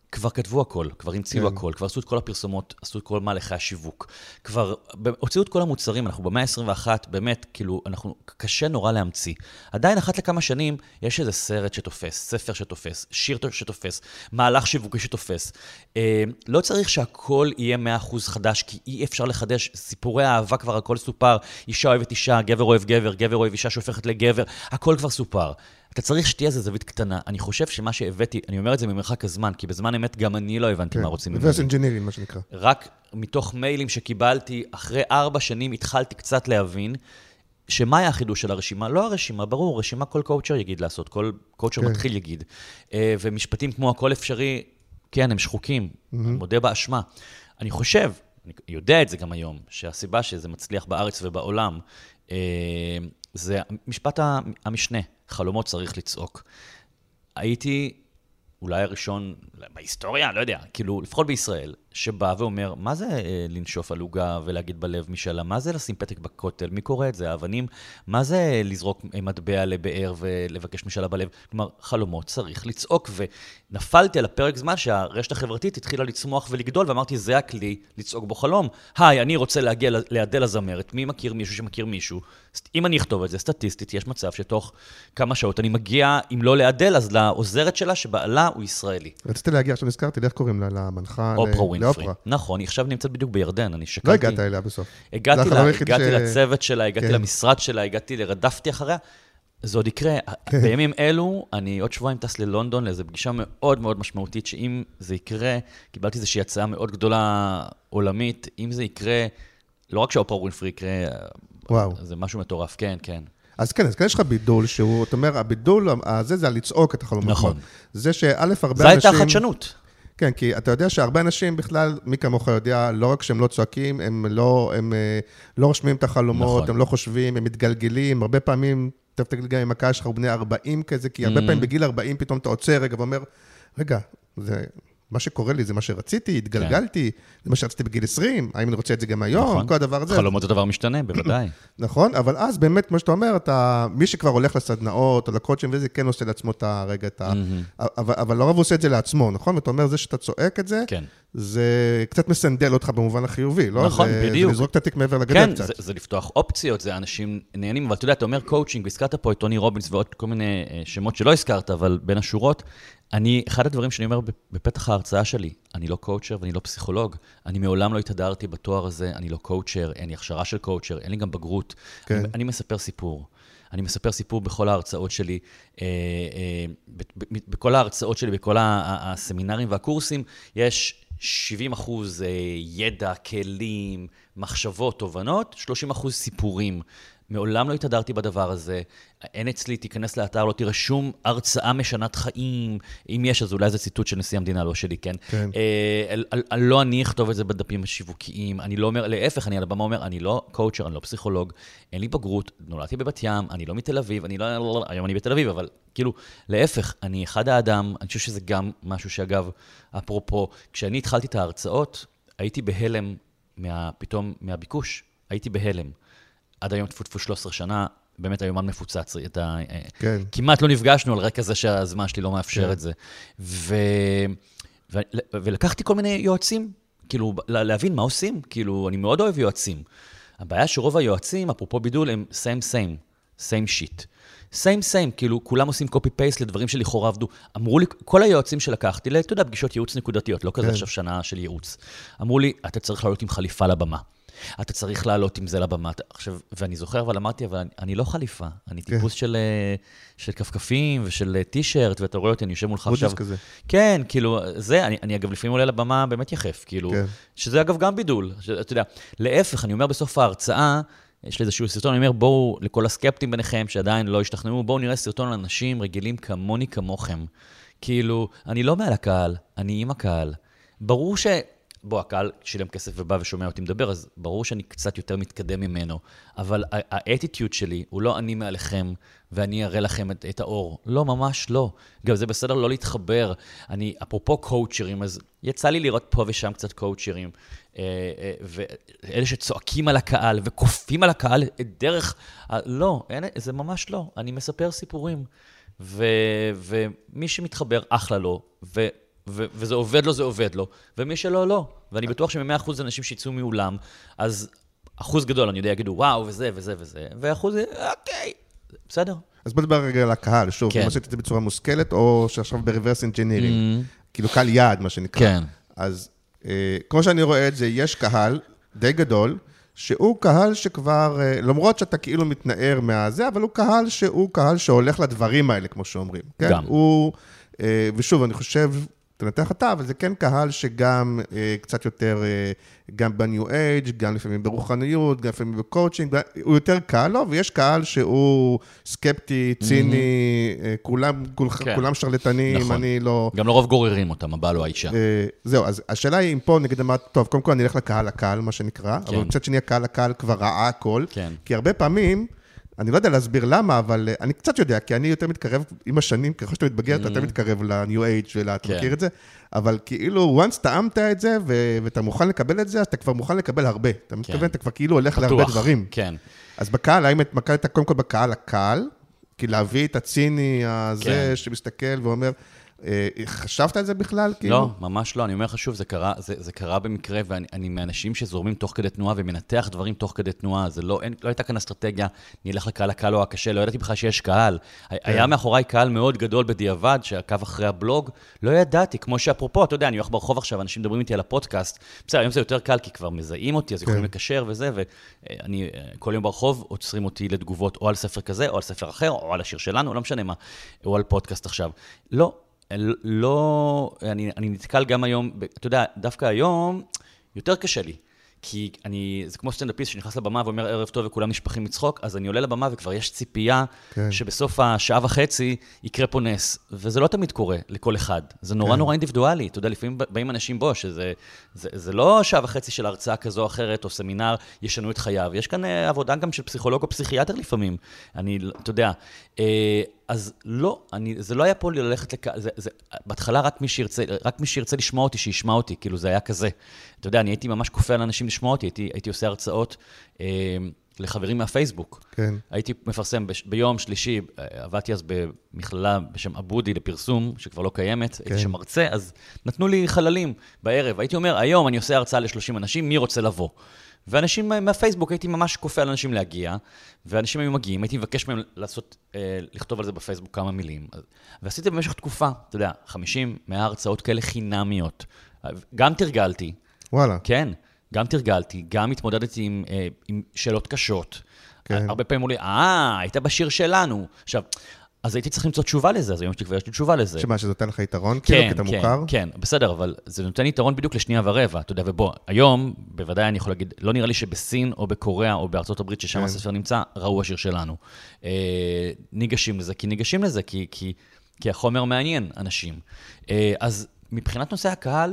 כבר כתבו הכל, כבר המציאו הכל, כבר עשו את כל הפרסומות, עשו את כל מהלכי השיווק, כבר הוציאו את כל המוצרים, אנחנו במאה ה-21, באמת, כאילו, אנחנו קשה נורא להמציא. עדיין אחת לכמה שנים, יש איזה סרט שתופס, ספר שתופס, שיר שתופס, מהלך שיווקי שתופס. לא צריך שהכל יהיה 100% חדש, כי אי אפשר לחדש, סיפורי האהבה כבר הכל סופר, אישה אוהבת אישה, גבר אוהב גבר, גבר אוהב אישה שהופכת לגבר, הכל כבר סופר. אתה צריך שתהיה איזה זווית קטנה. אני חושב שמה שהבאתי, אני אומר את זה ממרחק הזמן, כי בזמן אמת גם אני לא הבנתי מה רוצים ממני. reverse engineering, מה שנקרא. רק מתוך מיילים שקיבלתי, אחרי 4 שנים התחלתי קצת להבין, שמה היה החידוש של הרשימה? לא הרשימה, ברור, רשימה כל קואוצ'ר יגיד לעשות, כל קואוצ'ר מתחיל יגיד. ומשפטים כמו הכל אפשרי, כן, הם שחוקים, אני מודה באשמה. אני חושב, אני יודע את זה גם היום, שהסיבה שזה מצליח בארץ ובעולם, זה משפט המשנה, חלומות צריך לצעוק. הייתי אולי הראשון בהיסטוריה, לא יודע, כאילו לפחות בישראל, שבא ואומר, מה זה לנשוף על עוגה ולהגיד בלב משאלה? מה זה לשים פתק בכותל? מי קורא את זה? האבנים? מה זה לזרוק מטבע לבאר ולבקש משאלה בלב? כלומר, חלומות צריך לצעוק, ונפלתי על הפרק זמן שהרשת החברתית התחילה לצמוח ולגדול, ואמרתי, זה הכלי לצעוק בו חלום. היי, אני רוצה להגיע לידי לזמרת, מי מכיר מישהו שמכיר מישהו? אם אני אכתוב את זה, סטטיסטית, יש מצב שתוך כמה שעות אני מגיע, אם לא לידל, אז לעוזרת שלה שבעלה הוא ישראלי. רציתי להגיע, עכשיו נזכרתי, איך קוראים לה, למנחה, לאופרה. נכון, היא עכשיו נמצאת בדיוק בירדן, אני שקלתי. לא הגעת אליה בסוף. הגעתי לצוות שלה, הגעתי למשרד שלה, רדפתי אחריה. זה עוד יקרה. בימים אלו, אני עוד שבועיים טס ללונדון, לאיזו פגישה מאוד מאוד משמעותית, שאם זה יקרה, קיבלתי איזושהי הצעה מאוד גדולה עולמית, אם זה יקרה, לא רק שהאופרה ווינפרי יקרה, זה משהו מטורף, כן, כן. אז כן, יש לך בידול, שהוא, אתה אומר, הבידול הזה זה על לצעוק את החלומות. נכון. זה שא' הרבה אנשים... זה הייתה חדשנות. כן, כי אתה יודע שהרבה אנשים בכלל, מי כמוך יודע, לא רק שהם לא צועקים, הם לא רושמים את החלומות, נכון. הם לא חושבים, הם מתגלגלים, הרבה פעמים, תגיד גם עם הקהל שלך, הוא בני 40 כזה, כי הרבה פעמים בגיל 40 פתאום אתה עוצר רגע ואומר, רגע, זה... מה שקורה לי זה מה שרציתי, התגלגלתי, זה מה שרציתי בגיל 20, האם אני רוצה את זה גם היום, כל הדבר הזה. חלומות זה דבר משתנה, בוודאי. נכון, אבל אז באמת, כמו שאתה אומר, מי שכבר הולך לסדנאות או לקודשים וזה, כן עושה לעצמו את הרגע, אבל לא רב הוא עושה את זה לעצמו, נכון? ואתה אומר, זה שאתה צועק את זה, זה קצת מסנדל אותך במובן החיובי, לא? נכון, בדיוק. זה לזרוק את התיק מעבר לגדל קצת. כן, זה לפתוח אופציות, זה אנשים נהנים, אבל אתה יודע, אתה אומר קואוצ'ינג, והזכרת פה את טוני רובינס ועוד כל מיני שמות שלא הזכרת, אבל בין השורות, אחד הדברים שאני אומר בפתח ההרצאה שלי, אני לא קואוצ'ר ואני לא פסיכולוג, אני מעולם לא התהדרתי בתואר הזה, אני לא קואוצ'ר, אין לי הכשרה של קואוצ'ר, אין לי גם בגרות, אני מספר סיפור. אני מספר סיפור בכל ההרצאות שלי, בכל ההרצאות שלי, בכל הסמינרים והקורסים, יש 70% ידע, כלים, מחשבות, תובנות, 30% סיפורים. מעולם לא התהדרתי בדבר הזה, אין אצלי, תיכנס לאתר, לא תראה שום הרצאה משנת חיים, אם יש, אז אולי זה ציטוט של נשיא המדינה, לא שלי, כן? לא אני אכתוב את זה בדפים השיווקיים, אני לא אומר, להפך, אני על הבמה אומר, אני לא קואוצ'ר, אני לא פסיכולוג, אין לי בגרות, נולדתי בבת ים, אני לא מתל אביב, היום אני בתל אביב, אבל כאילו, להפך, אני אחד האדם, אני חושב שזה גם משהו שאגב, אפרופו, כשאני התחלתי את ההרצאות, הייתי בהלם פתאום מהביקוש, הייתי בהלם. עד היום תפו 13 שנה, באמת היומן מפוצץ. כמעט לא נפגשנו על רקע זה שהזמן שלי לא מאפשר את זה. ולקחתי כל מיני יועצים, כאילו, להבין מה עושים. כאילו, אני מאוד אוהב יועצים. הבעיה שרוב היועצים, אפרופו בידול, הם same shit. same, כאילו, כולם עושים copy-paste לדברים שלכאורה עבדו. אמרו לי, כל היועצים שלקחתי, אתה יודע, פגישות ייעוץ נקודתיות, לא כזה עכשיו שנה של ייעוץ. אמרו לי, אתה צריך לעלות עם חליפה לבמה. אתה צריך לעלות עם זה לבמה. עכשיו, ואני זוכר, אבל אמרתי, אבל אני לא חליפה. אני טיפוס של כפכפים ושל טישרט, ואתה רואה אותי, אני יושב מולך עכשיו. כזה. כן, כאילו, זה, אני אגב לפעמים עולה לבמה באמת יחף, כאילו, שזה אגב גם בידול. אתה יודע, להפך, אני אומר בסוף ההרצאה, יש לי איזשהו סרטון, אני אומר, בואו, לכל הסקפטים ביניכם שעדיין לא השתכנעו, בואו נראה סרטון על אנשים רגילים כמוני כמוכם. כאילו, אני לא מעל הקהל, אני עם הקהל. ברור בוא, הקהל שילם כסף ובא ושומע אותי מדבר, אז ברור שאני קצת יותר מתקדם ממנו, אבל האטיטיוד שלי הוא לא אני מעליכם, ואני אראה לכם את האור. לא, ממש לא. גם זה בסדר לא להתחבר. אפרופו קואוצ'רים, אז יצא לי לראות פה ושם קצת קואוצ'רים, ואלה שצועקים על הקהל וקופים על הקהל דרך, לא, זה ממש לא. אני מספר סיפורים, ומי שמתחבר אחלה לו, וזה עובד לו, זה עובד לו, ומי שלא, לא. ואני בטוח ש100% אנשים שיצאו מאולם, אז אחוז גדול, אני יודע, יגידו, וואו, וזה, וזה, וזה, ואחוז, אוקיי, בסדר. אז בוא נדבר רגע על הקהל, שוב, אם עשית את זה בצורה מושכלת, או שעכשיו ברוורס אינג'ינירינג, כאילו קהל יעד, מה שנקרא. כן. אז כמו שאני רואה את זה, יש קהל די גדול, שהוא קהל שכבר, למרות שאתה כאילו מתנער מהזה, אבל הוא קהל שהוא קהל שהולך לדברים האלה, כמו שאומרים. כן? גם. ושוב, אני חושב, תנתח אתה, אבל זה כן קהל שגם קצת יותר, גם בניו אייג', גם לפעמים ברוחניות, גם לפעמים בקואוצ'ינג, הוא יותר קהל לו, ויש קהל שהוא סקפטי, ציני, כולם שרלטנים, אני לא... גם לרוב גוררים אותם, הבעל או האישה. זהו, אז השאלה היא אם פה נגיד אמרת, טוב, קודם כל אני אלך לקהל, מה שנקרא, אבל מצד שני הקהל כבר ראה הכל, כי הרבה פעמים, אני לא יודע להסביר למה, אבל אני קצת יודע, כי אני יותר מתקרב עם השנים, ככל שאתה מתבגר, אתה יותר מתקרב לניו אייג' אתה מכיר את זה, אבל כאילו, once טעמת את זה, ואתה מוכן לקבל את זה, אז אתה כבר מוכן לקבל הרבה. אתה מתכוון, אתה כבר כאילו הולך להרבה דברים. כן. אז בקהל, האם את מקלת קודם כל בקהל הקהל, כי להביא את הציני הזה שמסתכל ואומר, חשבת על זה בכלל? לא, ממש לא. אני אומר לך שוב, זה קרה במקרה, ואני מאנשים שזורמים תוך כדי תנועה, ומנתח דברים תוך כדי תנועה. זה לא הייתה כאן אסטרטגיה, אני אלך לקהל הקהל או הקשה, לא ידעתי בכלל שיש קהל. היה מאחוריי קהל מאוד גדול בדיעבד, שעקב אחרי הבלוג, לא ידעתי, כמו שאפרופו, אתה יודע, אני הולך ברחוב עכשיו, אנשים מדברים איתי על הפודקאסט, בסדר, היום זה יותר קל, כי כבר מזהים אותי, אז יכולים לקשר וזה, ואני כל יום ברחוב עוצרים אותי לתגובות או על ספר כזה, או על ספר אחר, או על השיר שלנו, לא משנה מה, או על פודקאסט עכשיו. לא, אני נתקל גם היום, אתה יודע, דווקא היום יותר קשה לי, כי זה כמו סטנדאפיסט שנכנס לבמה ואומר ערב טוב וכולם נשפכים מצחוק, אז אני עולה לבמה וכבר יש ציפייה שבסוף השעה וחצי יקרה פה נס, וזה לא תמיד קורה לכל אחד, זה נורא אינדיבידואלי, אתה יודע, לפעמים באים אנשים בו, שזה לא שעה וחצי של הרצאה כזו או אחרת, או סמינר, ישנו את חייו, יש כאן עבודה גם של פסיכולוג או פסיכיאטר לפעמים, אתה יודע, אז לא, זה לא היה פה ללכת בהתחלה רק מי שירצה לשמוע אותי, שישמע אותי, כאילו זה היה כזה. אתה יודע, אני הייתי ממש כופה על אנשים לשמוע אותי, הייתי עושה הרצאות לחברים מהפייסבוק. כן. הייתי מפרסם ביום שלישי, עבדתי אז במכללה בשם אבודי לפרסום, שכבר לא קיימת, הייתי שם מרצה, אז נתנו לי חללים בערב. הייתי אומר, היום אני עושה הרצאה ל30 אנשים, מי רוצה לבוא? ואנשים מהפייסבוק, הייתי ממש כופה על אנשים להגיע, ואנשים היו מגיעים, הייתי מבקש מהם לכתוב על זה בפייסבוק כמה מילים. ועשיתי במשך תקופה, אתה יודע, 50-100 הרצאות כאלה חינמיות. גם תרגלתי. וואלה. כן, גם תרגלתי, גם התמודדתי עם שאלות קשות. כן. הרבה פעמים אמרו לי, היית בשיר שלנו. עכשיו, אז הייתי צריך למצוא תשובה לזה, אז היום שלי כבר יש לי תשובה לזה. שמה, שזה נותן לך יתרון, כאילו, כי אתה מוכר? כן, בסדר, אבל זה נותן יתרון בדיוק לשנייה ורבע, אתה יודע, ובוא, היום, בוודאי אני יכול להגיד, לא נראה לי שבסין או בקוריאה או בארצות הברית, ששם הספר נמצא, ראו השיר שלנו. ניגשים לזה, כי החומר מעניין אנשים. אז מבחינת נושא הקהל,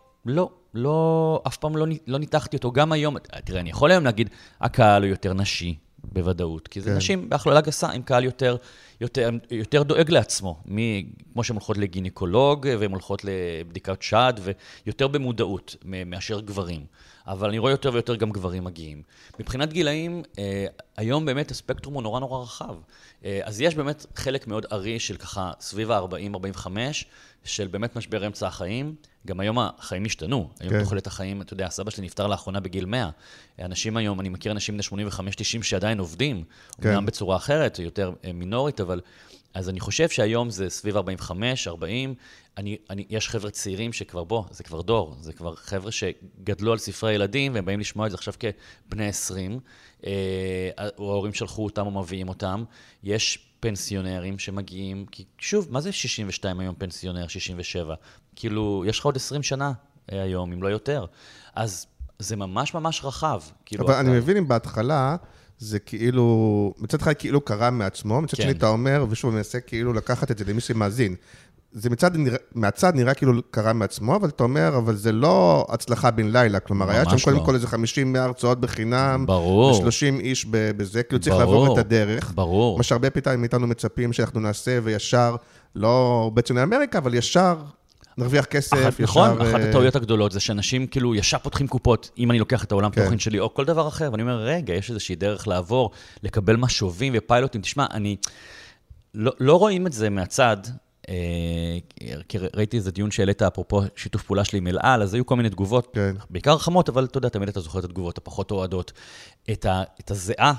לא, אף פעם לא ניתחתי אותו, גם היום, תראה, אני יכול היום להגיד, הקהל הוא יותר נשי, בוודאות, כי זה נשים בהכללה גסה, עם קהל יותר דואג לעצמו, כמו שהן הולכות לגינקולוג, והן הולכות לבדיקת שד, ויותר במודעות מאשר גברים. אבל אני רואה יותר ויותר גם גברים מגיעים. מבחינת גילאים, היום באמת הספקטרום הוא נורא רחב. אז יש באמת חלק מאוד ערי של ככה סביב ה-40-45, של באמת משבר אמצע החיים. גם היום החיים השתנו. היום תוחלת החיים, אתה יודע, הסבא שלי נפטר לאחרונה בגיל 100. אנשים היום, אני מכיר אנשים בני 85-90 שעדיין עובדים, אומנם בצורה אחרת, יותר מינורית, אבל אז אני חושב שהיום זה סביב 45, 40, יש חבר'ה צעירים שכבר זה כבר דור, זה כבר חבר'ה שגדלו על ספרי ילדים, והם באים לשמוע את זה עכשיו כבני 20, או ההורים שלחו אותם או מביאים אותם, יש פנסיונרים שמגיעים, כי שוב, מה זה 62 היום פנסיונר, 67? כאילו, יש לך עוד 20 שנה היום, אם לא יותר. אז זה ממש רחב. אבל אני מבין אם בהתחלה, זה כאילו, מצד אחד כאילו קרה מעצמו, מצד שני אתה אומר, ושוב מנסה כאילו לקחת את זה למי שמאזין. זה מהצד נראה כאילו קרה מעצמו, אבל אתה אומר, אבל זה לא הצלחה בן לילה, כלומר, היה שם קודם כל איזה 50 הרצאות בחינם, ו30 איש בזה, כאילו צריך לעבור את הדרך. ברור. מה שהרבה פעמים איתנו מצפים שאנחנו נעשה, וישר, לא בציוני אמריקה, אבל ישר נרוויח כסף, נכון, אחת הטעויות הגדולות זה שאנשים כאילו ישר פותחים קופות, אם אני לוקח את העולם תוכן שלי, או כל דבר אחר, ואני אומר, רגע, יש איזושהי דרך לעבור, לקבל משובים ופיילוטים. תשמע, אני לא רואים את זה מהצד, כי ראיתי איזה דיון שהעלית אפרופו שיתוף פעולה שלי עם אלעל, אז היו כל מיני תגובות, בעיקר חמות, אבל אתה יודע, תמיד אתה זוכר את התגובות הפחות אוהדות, את הזיעה,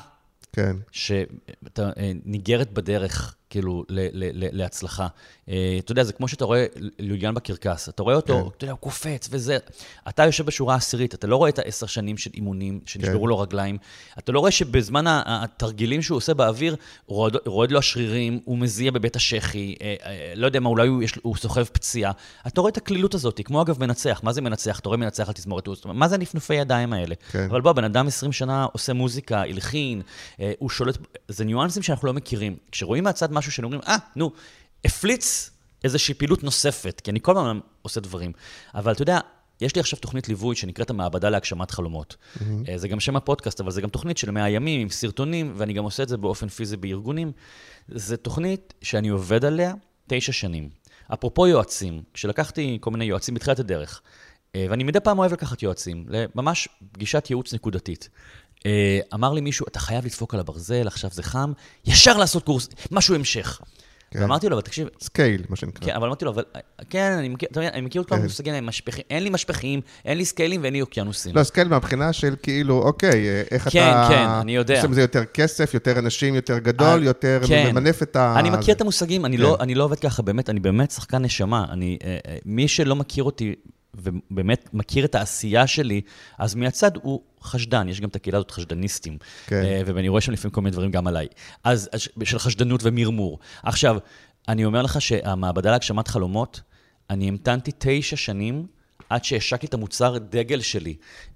שאתה ניגרת בדרך, כאילו, להצלחה. אתה יודע, זה כמו שאתה רואה לוליאן בקרקס, אתה רואה אותו, אתה יודע, הוא קופץ וזה, אתה יושב בשורה העשירית, אתה לא רואה את 10 שנים של אימונים, שנשברו לו רגליים, אתה לא רואה שבזמן התרגילים שהוא עושה באוויר, רועד לו השרירים, הוא מזיע בבית השכי, לא יודע מה, אולי הוא סוחב פציעה, אתה רואה את הכלילות הזאת, כמו אגב מנצח, מה זה מנצח? אתה רואה מנצח על תזמורת, מה זה הנפנופי ידיים האלה? אבל בוא, בן אדם 20 שנה עושה מוזיקה, הלחין, הוא שולט, זה ניואנסים שאנחנו לא מכירים. כשרואים מהצד משהו שאומרים, הפליץ איזושהי פעילות נוספת, כי אני כל פעם עושה דברים. אבל אתה יודע, יש לי עכשיו תוכנית ליווי שנקראת המעבדה להגשמת חלומות. זה גם שם הפודקאסט, אבל זה גם תוכנית של 100 ימים עם סרטונים, ואני גם עושה את זה באופן פיזי בארגונים. זה תוכנית שאני עובד עליה 9 שנים. אפרופו יועצים, כשלקחתי כל מיני יועצים בתחילת הדרך, ואני מדי פעם אוהב לקחת יועצים, ממש פגישת ייעוץ נקודתית. אמר לי מישהו, אתה חייב לדפוק על הברזל, עכשיו זה חם, ישר לעשות קורס, משהו המשך. ואמרתי לו, אבל תקשיב... סקייל, מה שנקרא. כן, אבל אמרתי לו, אבל כן, אני מכיר אותם מושגים, אין לי משפחים, אין לי סקיילים ואין לי אוקיינוסים. לא, סקייל מהבחינה של כאילו, אוקיי, איך אתה... כן, אני יודע. עושים זה יותר כסף, יותר אנשים, יותר גדול, יותר ממנף את ה... אני מכיר את המושגים, אני לא עובד ככה, באמת, אני באמת שחקן נשמה. מי שלא מכיר אותי ובאמת מכיר את העשייה שלי, אז מהצד הוא חשדן, יש גם את הקהילה הזאת חשדניסטים, ואני רואה שם לפעמים כל מיני דברים גם עליי, אז של חשדנות ומרמור. עכשיו, אני אומר לך שהמעבדה להגשמת חלומות, אני המתנתי 9 שנים עד שהשקתי את המוצר דגל שלי,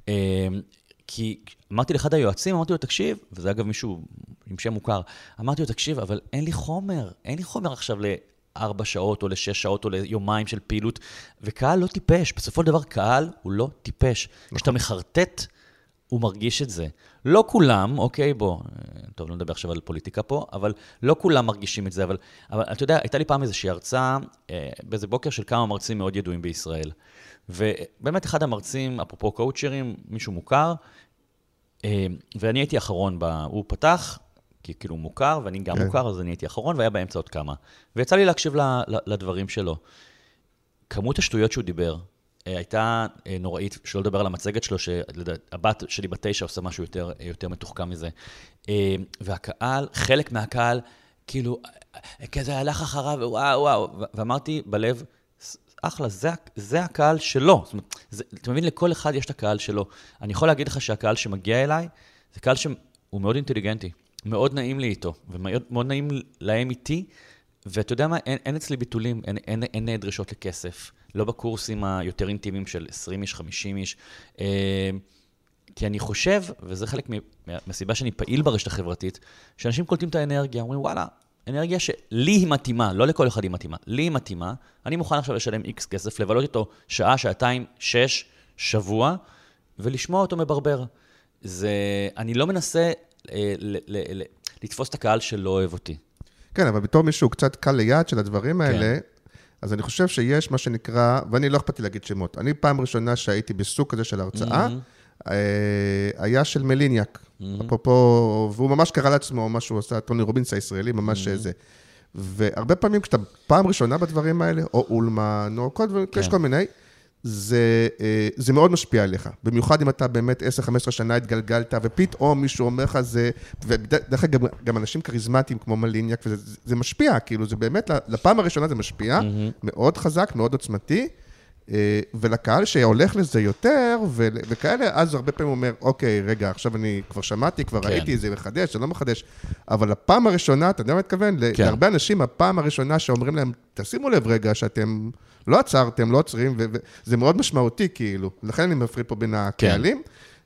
כי אמרתי לאחד היועצים, אמרתי לו, תקשיב, וזה אגב מישהו עם שם מוכר, אמרתי לו, תקשיב, אבל אין לי חומר עכשיו 4 שעות או 6 שעות או ליומיים של פעילות, וקהל לא טיפש. בסופו של דבר, קהל הוא לא טיפש. כשאתה מחרטט, הוא מרגיש את זה. לא כולם, אוקיי, בוא, טוב, לא נדבר עכשיו על פוליטיקה פה, אבל לא כולם מרגישים את זה, אבל אתה יודע, הייתה לי פעם איזושהי הרצאה, באיזה בוקר של כמה מרצים מאוד ידועים בישראל, ובאמת אחד המרצים, אפרופו קואוצ'רים, מישהו מוכר, ואני הייתי אחרון, הוא פתח, כי כאילו הוא מוכר, ואני גם מוכר, אז אני הייתי אחרון, והיה באמצע עוד כמה. ויצא לי להקשיב לדברים שלו. כמות השטויות שהוא דיבר, הייתה נוראית, שלא לדבר על המצגת שלו, שהבת שלי ב9 עושה משהו יותר מתוחכם מזה. והקהל, חלק מהקהל, כאילו, כזה הלך אחריו, וואו, ואמרתי בלב, אחלה, זה הקהל שלו. זאת אומרת, אתה מבין, לכל אחד יש את הקהל שלו. אני יכול להגיד לך שהקהל שמגיע אליי, זה קהל שהוא מאוד אינטליגנטי. מאוד נעים לי איתו, ומאוד נעים להם איתי, ואתה יודע מה, אין אצלי ביטולים, אין דרישות לכסף, לא בקורסים היותר אינטימיים של 20 איש, 50 איש, כי אני חושב, וזה חלק מהסיבה שאני פעיל ברשת החברתית, שאנשים קולטים את האנרגיה, אומרים, וואלה, אנרגיה שלי היא מתאימה, לא לכל אחד היא מתאימה, לי היא מתאימה, אני מוכן עכשיו לשלם X כסף, לבלות איתו שעה, שעתיים, 6, שבוע, ולשמוע אותו מברבר. אני לא מנסה לתפוס את הקהל שלא אוהב אותי. כן, אבל בתור מישהו קצת קל ליד של הדברים האלה, אז אני חושב שיש מה שנקרא, ואני לא אכפתי להגיד שמות, אני פעם ראשונה שהייתי בסוג כזה של הרצאה, היה של מליניאק, אפרופו, והוא ממש קרא לעצמו, מה שהוא עושה, טוני רובינס הישראלי, ממש זה. והרבה פעמים כשאתה פעם ראשונה בדברים האלה, או אולמן, או יש כל מיני, זה מאוד משפיע עליך, במיוחד אם אתה באמת 10-15 שנה התגלגלת, ופתאום מישהו אומר לך זה, ודרך אגב גם אנשים קריזמטיים כמו מליניאק, וזה משפיע, כאילו זה באמת, לפעם הראשונה זה משפיע, מאוד חזק, מאוד עוצמתי, ולקהל שהולך לזה יותר, וכאלה, אז הרבה פעמים הוא אומר, אוקיי, רגע, עכשיו אני כבר שמעתי, כבר ראיתי, זה מחדש, זה לא מחדש, אבל הפעם הראשונה, אתה יודע מה מתכוון? להרבה אנשים, הפעם הראשונה שאומרים להם, תשימו לב רגע שאתם לא עצרתם, לא עוצרים, וזה מאוד משמעותי, כאילו. לכן אני מפריד פה בין הקהלים,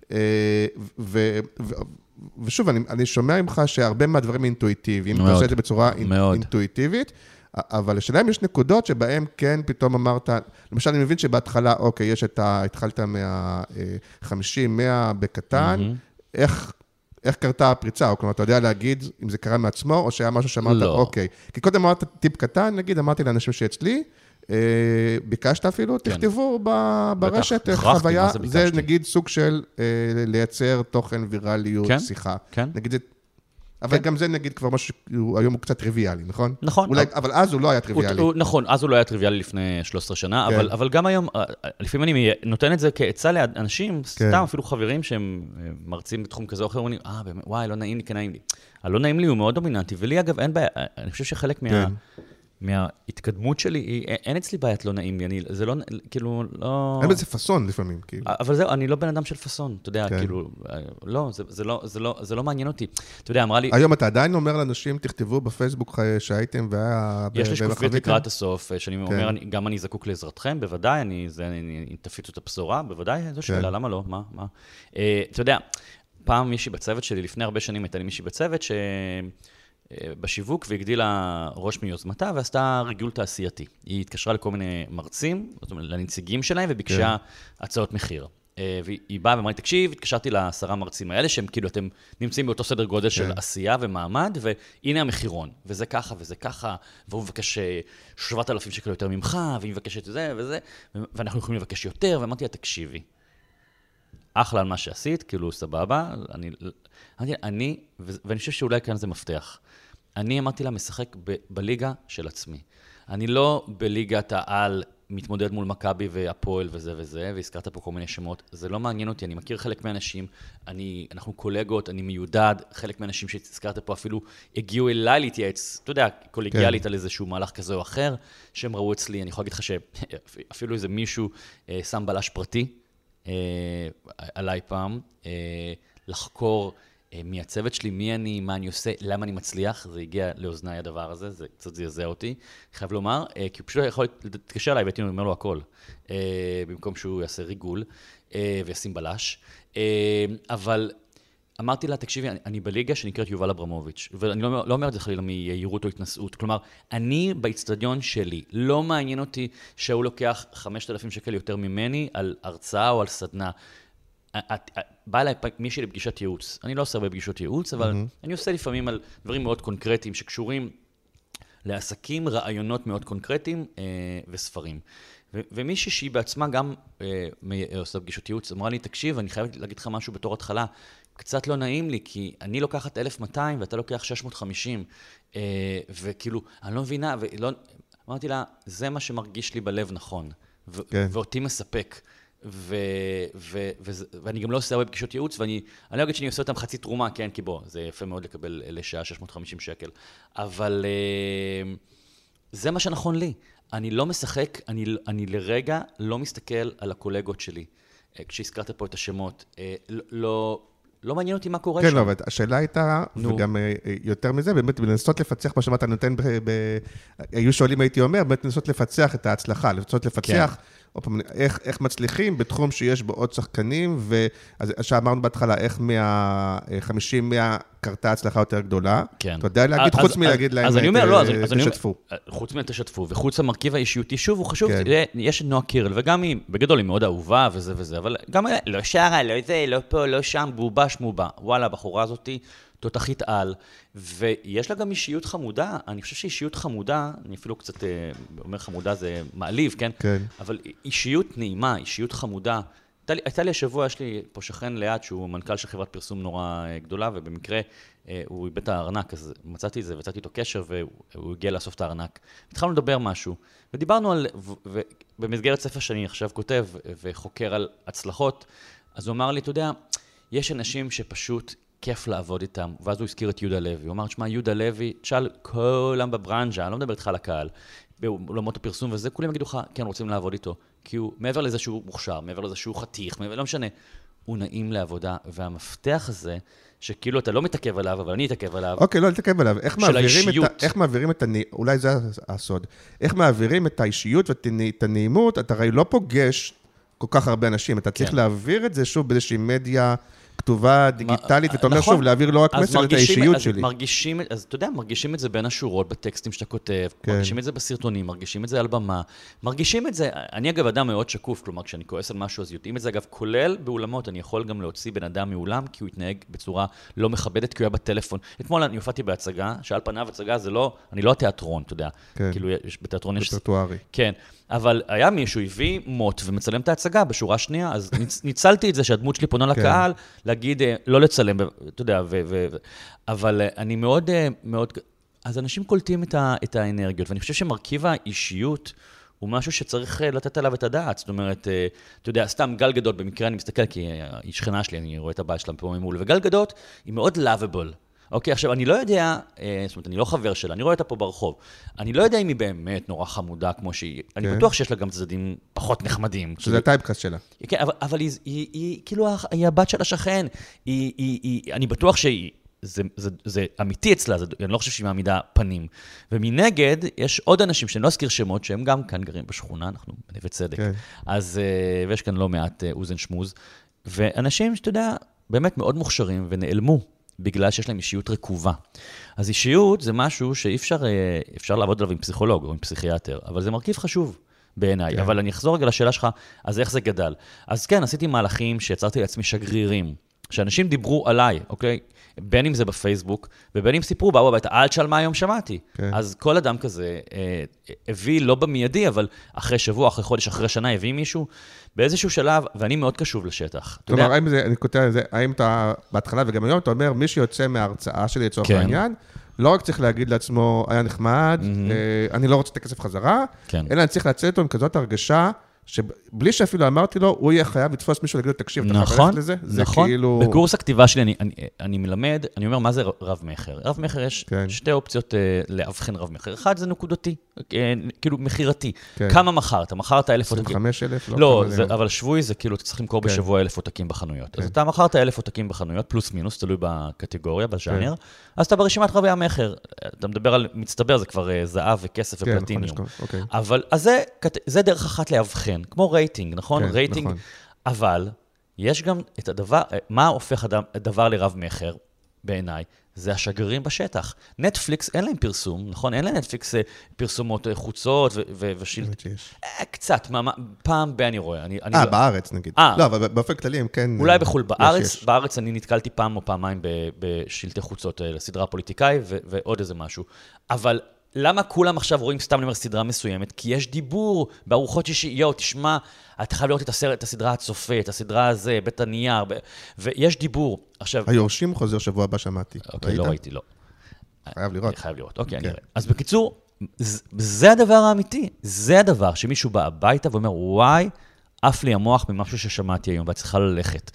ושוב, אני שומע ממך שהרבה מהדברים אינטואיטיביים, אתה עושה את זה בצורה אינטואיטיבית, אבל השאלה יש נקודות שבהן כן פתאום אמרת, למשל אני מבין שבהתחלה, אוקיי, התחלת 50, 100 בקטן, איך קרתה הפריצה? או כלומר, אתה יודע להגיד אם זה קרה מעצמו, או שהיה משהו שאמרת, אוקיי. כי קודם אמרת טיפ קטן, נגיד, אמרתי לאנשים שאצלי, ביקשת אפילו, תכתבו ברשת חוויה, זה נגיד סוג של לייצר תוכן ויראליות, שיחה. נגיד זה אבל גם זה נגיד כבר משהו, היום הוא קצת טריוויאלי, נכון? נכון. אבל אז הוא לא היה טריוויאלי. נכון, אז הוא לא היה טריוויאלי לפני 13 שנה, אבל גם היום, לפעמים אני נותן את זה כעצה לאנשים, סתם אפילו חברים שהם מרצים בתחום כזה או אחר, אומרים, וואי, לא נעים לי, כן נעים לי. הלא נעים לי הוא מאוד דומיננטי, ולי אגב אין בעיה, אני חושב שחלק מההתקדמות שלי, אין אצלי בעיית לא נעים לי, זה לא, כאילו, לא... אין בזה פסון לפעמים, כאילו. אבל זהו, אני לא בן אדם של פסון, אתה יודע, כאילו, לא, זה לא מעניין אותי. אתה יודע, אמרה לי... היום אתה עדיין אומר לאנשים, תכתבו בפייסבוק שהייתם והיה... יש לי שקופית לקראת הסוף, שאני אומר, גם אני זקוק לעזרתכם, בוודאי, אני תפיצו את הבשורה, בוודאי, זו שאלה, למה לא? מה? אתה יודע, פעם מישהי בצוות שלי, לפני הרבה שנים הייתה לי מישהי בצוות בשיווק והגדילה ראש מיוזמתה ועשתה ריגול תעשייתי. היא התקשרה לכל מיני מרצים, זאת אומרת, לנציגים שלהם וביקשה הצעות מחיר. והיא באה ואמרה לי, תקשיב, התקשרתי ל10 מרצים האלה, שהם כאילו, אתם נמצאים באותו סדר גודל של עשייה ומעמד, והנה המחירון, וזה ככה וזה ככה, והוא מבקש 7,000 שקל יותר ממך, והיא מבקשת זה וזה, ואנחנו יכולים לבקש יותר, ואמרתי לה, תקשיבי, אחלה על מה שעשית, כאילו, סבבה, ואני חושב שאולי כאן זה מפתח. אני אמרתי לה, משחק בליגה של עצמי. אני לא בליגת העל מתמודד מול מכבי והפועל וזה, והזכרת פה כל מיני שמות. זה לא מעניין אותי, אני מכיר חלק מהאנשים, אנחנו קולגות, אני מיודד, חלק מהאנשים שהזכרת פה אפילו הגיעו אליי להתייעץ, אתה יודע, קולגיאלית על איזשהו מהלך כזה או אחר, שהם ראו אצלי, אני יכול להגיד לך שאפילו איזה מישהו שם בלש פרטי, עליי פעם, לחקור מהצוות שלי, מי אני, מה אני עושה, למה אני מצליח, זה הגיע לאוזניי הדבר הזה, זה קצת זעזע אותי, חייב לומר, כי הוא פשוט יכול להתקשר אליי, והייתי אומר לו הכל, במקום שהוא יעשה ריגול וישים בלש, אבל אמרתי לה, תקשיבי, אני בליגה שנקראת יובל אברמוביץ', ואני לא אומר את זה חלילה מיהירות או התנסות, כלומר, אני באצטדיון שלי, לא מעניין אותי שהוא לוקח 5,000 שקל יותר ממני על הרצאה או על סדנה. בא אליי מישהי לפגישת ייעוץ, אני לא עושה הרבה פגישות ייעוץ, אבל אני עושה לפעמים על דברים מאוד קונקרטיים שקשורים לעסקים, רעיונות מאוד קונקרטיים וספרים. ומישהי שהיא בעצמה גם עושה פגישות ייעוץ, אמרה לי, תקשיב, אני חייבת להגיד לך משהו בתור התחלה, קצת לא נעים לי, כי אני לוקחת 1,200 ואתה לוקח 650, וכאילו, אני לא מבינה, אמרתי לה, זה מה שמרגיש לי בלב נכון, ואותי מספק. ואני גם לא עושה הרבה פגישות ייעוץ, ואני לא אגיד שאני עושה אותם חצי תרומה, כן, כי בוא, זה יפה מאוד לקבל לשעה 650 שקל, אבל זה מה שנכון לי. אני לא משחק, אני לרגע לא מסתכל על הקולגות שלי. כשהזכרת פה את השמות, לא מעניין אותי מה קורה שם. כן, לא, אבל השאלה הייתה, וגם יותר מזה, באמת לנסות לפצח מה שאתה נותן, היו שואלים, הייתי אומר, באמת לנסות לפצח את ההצלחה, לנסות לפצח, איך מצליחים בתחום שיש בו עוד שחקנים, ושאמרנו בהתחלה, איך 150 קרתה הצלחה יותר גדולה. אתה יודע להגיד, חוץ מלהגיד להם, תשתפו. חוץ מתשתפו, וחוץ המרכיב האישיותי, שוב, הוא חשוב, יש את נועה קירל, וגם היא, בגדול, היא מאוד אהובה וזה, אבל גם לא שרה, לא זה, לא פה, לא שם, בובה, שמובה. וואלה, הבחורה הזאתי, תותחית על, ויש לה גם אישיות חמודה, אני חושב שאישיות חמודה, אני אפילו קצת אומר חמודה זה מעליב, כן? כן. אבל אישיות נעימה, אישיות חמוה, הייתה לי השבוע, יש לי פה שכן ליד, שהוא מנכ"ל של חברת פרסום נורא גדולה, ובמקרה הוא איבד את הארנק, אז מצאתי את זה, ויצאתי איתו קשר, והוא הגיע לאסוף את הארנק. התחלנו לדבר משהו, ודיברנו על, במסגרת ספר שאני עכשיו כותב, וחוקר על הצלחות, אז הוא אמר לי, אתה יודע, יש אנשים שפשוט כיף לעבוד איתם, ואז הוא הזכיר את יהודה לוי. הוא אמר, שמה, יהודה לוי, תשאל כולם בברנז'ה, אני לא מדבר איתך על הקהל, בעולמות הפרסום וזה, כולם יגידו לך, כן, רוצים לעבוד איתו. כי הוא, מעבר לזה שהוא מוכשר, מעבר לזה שהוא חתיך, לא משנה, הוא נעים לעבודה, והמפתח הזה, שכאילו אתה לא מתעכב עליו, אבל אני אתעכב עליו. אוקיי, לא להתעכב עליו. איך מעבירים את אולי זה הסוד. איך מעבירים את האישיות ואת הנעימות, אתה הרי לא פוגש כל כך הרבה אנשים, אתה צריך להעביר את זה שוב באיזושהי מדיה כתובה דיגיטלית, ואתה אומר שוב, להעביר לא רק מסר את האישיות שלי. אז אתה יודע, מרגישים את זה בין השורות, בטקסטים שאתה כותב, מרגישים את זה בסרטונים, מרגישים את זה על במה, מרגישים את זה, אני אגב אדם מאוד שקוף, כלומר, כשאני כועס על משהו, אז יודעים את זה, אגב, כולל באולמות, אני יכול גם להוציא בן אדם מאולם, כי הוא יתנהג בצורה לא מכבדת, כי הוא היה בטלפון. אתמול אני הופעתי בהצגה, שעל פניו הצגה זה לא, אני לא התיאטרון, אתה יודע, כאילו בתיאטרון יש... כן, אבל היה מישהו הביא מוט ומצלם את ההצגה בשורה שנייה, אז ניצלתי את זה שהדמות שלי פונה לקהל, להגיד, לא לצלם, אתה יודע, אבל אני מאוד, אז אנשים קולטים את האנרגיות, ואני חושב שמרכיב האישיות הוא משהו שצריך לתת עליו את הדעת. זאת אומרת, אתה יודע, סתם גל גדות, במקרה אני מסתכל, כי היא שכנה שלי, אני רואה את הבית שלה פה ממול, וגל גדות היא מאוד lovable. אוקיי, עכשיו, אני לא יודע, זאת אומרת, אני לא חבר שלה, אני רואה אותה פה ברחוב. אני לא יודע אם היא באמת נורא חמודה כמו שהיא. אני בטוח שיש לה גם צדדים פחות נחמדים. שזה הטייפקאסט שלה. כן, אבל היא כאילו, היא הבת של השכן. אני בטוח שהיא, זה אמיתי אצלה, אני לא חושב שהיא מעמידה פנים. ומנגד, יש עוד אנשים שאני לא אזכיר שמות, שהם גם כאן גרים בשכונה, אנחנו בנווה צדק. אז, ויש כאן לא מעט אוזן שמוז. ואנשים שאתה יודע, באמת מאוד מוכשרים ונעלמו. בגלל שיש להם אישיות רקובה. אז אישיות זה משהו אפשר לעבוד עליו עם פסיכולוג או עם פסיכיאטר, אבל זה מרכיב חשוב בעיניי. כן. אבל אני אחזור רגע לשאלה שלך, אז איך זה גדל? אז כן, עשיתי מהלכים שיצרתי לעצמי שגרירים, שאנשים דיברו עליי, אוקיי? בין אם זה בפייסבוק, ובין אם סיפרו, באו הביתה, אל תשאל מה היום שמעתי. כן. אז כל אדם כזה הביא, לא במיידי, אבל אחרי שבוע, אחרי חודש, אחרי שנה, הביא מישהו באיזשהו שלב, ואני מאוד קשוב לשטח. כלומר, אני כותב על זה, האם אתה בהתחלה וגם היום, אתה אומר, מי שיוצא מההרצאה שלי לצורך העניין, לא רק צריך להגיד לעצמו, היה נחמד, אני לא רוצה את הכסף חזרה, אלא אני צריך להצא איתו עם כזאת הרגשה, שבלי שאפילו אמרתי לו, הוא יהיה חייב לתפוס מישהו להגיד לו, תקשיב, אתה חייב לזה? נכון, בקורס הכתיבה שלי אני מלמד, אני אומר, מה זה רב מחר? רב מחר יש שתי אופציות להבחן רב מחר. אחד זה נקודתי, כאילו מחירתי. כמה מכרת? מכרת 1,000 עותקים. 25,000? לא, אבל שבועי זה כאילו, אתה צריך למכור בשבוע 1,000 עותקים בחנויות. אז אתה מכרת 1,000 עותקים בחנויות, פלוס מינוס, תלוי בקטגוריה, בז'אנר. אז אתה ברשימת רבי המחר. אתה מדבר על מצטבר, זה כבר זהב וכסף ופלטיניום. אבל זה דרך אחת להבחן, כמו רייטינג, נכון? רייטינג, אבל יש גם את הדבר, מה הופך הדבר לרב מחר בעיניי? זה השגרירים בשטח. נטפליקס אין להם פרסום, נכון? אין להם נטפליקס פרסומות חוצות ושילט. קצת, פעם בי אני רואה. בארץ נגיד. לא, אבל באופן כללי הם כן... אולי בחול. בארץ אני נתקלתי פעם או פעמיים בשילטי חוצות לסדרה פוליטיקאי ועוד איזה משהו. אבל למה כולם עכשיו רואים סתם נאמר סדרה מסוימת? כי יש דיבור בארוחות שישיות, תשמע, אתה חייב לראות את הסדרה הצופה, את הסדרה הזה, בית הנייר, ויש דיבור. עכשיו... היורשים חוזר שבוע הבא שמעתי. אוקיי, לא ראיתי, לא. חייב לראות. חייב לראות, אוקיי, אני אראה. אז בקיצור, זה הדבר האמיתי. זה הדבר שמישהו בא הביתה ואומר, וואי, אף לי המוח ממשהו ששמעתי היום, ואת צריכה ללכת.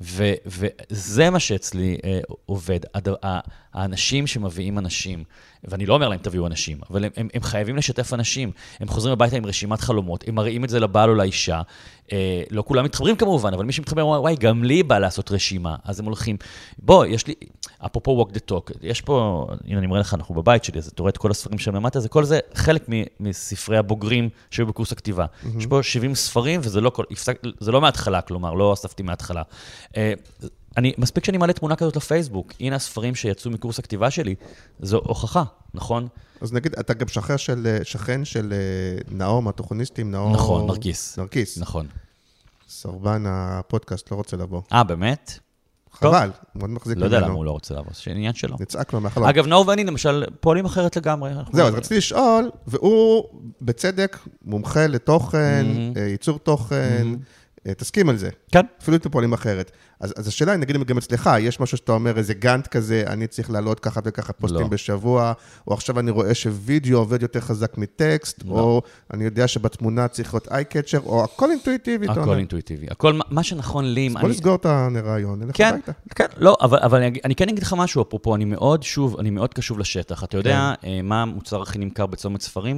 וזה מה שאצלי עובד. האנשים שמביאים אנשים, ואני לא אומר להם תביאו אנשים, אבל הם חייבים לשתף אנשים. הם חוזרים הביתה עם רשימת חלומות, הם מראים את זה לבעל או לאישה. לא כולם מתחברים כמובן, אבל מי שמתחבר, וואי, גם לי בא לעשות רשימה. אז הם הולכים, בוא, יש לי, אפרופו walk the talk, יש פה, הנה אני מראה לך, אנחנו בבית שלי, אז אתה רואה את כל הספרים שם למטה, זה כל זה חלק מספרי הבוגרים שהיו בקורס הכתיבה. יש פה 70 ספרים, וזה לא מההתחלה, כלומר, לא אספתי מההתחלה. מספיק שאני מעלה תמונה כזאת לפייסבוק, הנה הספרים שיצאו מקורס הכתיבה שלי, זו הוכחה, נכון? אז נגיד, אתה גם שכן של נאום, התוכניסטים, נאום... נכון, נרקיס. נכון. סרבן הפודקאסט לא רוצה לבוא. באמת? חבל, מאוד מחזיק ממנו. לא יודע למה הוא לא רוצה לבוא, זה עניין שלו. נצעק לו מהחלום. אגב, נאור ואני למשל פועלים אחרת לגמרי. זהו, אז רציתי לשאול, והוא בצדק מומחה לתוכן, ייצור תוכן, תסכים על זה. כן. אפילו אתם פועלים אחרת. אז השאלה היא, נגיד גם אצלך, יש משהו שאתה אומר, איזה גאנט כזה, אני צריך לעלות ככה וככה פוסטים בשבוע, או עכשיו אני רואה שווידאו עובד יותר חזק מטקסט, או אני יודע שבתמונה צריך להיות איי-קצ'ר, או הכל אינטואיטיבי. הכל אינטואיטיבי. הכל, מה שנכון לי... אז בוא נסגור את הרעיון, נלך הביתה. כן, לא, אבל אני כן אגיד לך משהו, אפרופו, אני מאוד קשוב לשטח. אתה יודע מה המוצר הכי נמכר בצומת ספרים?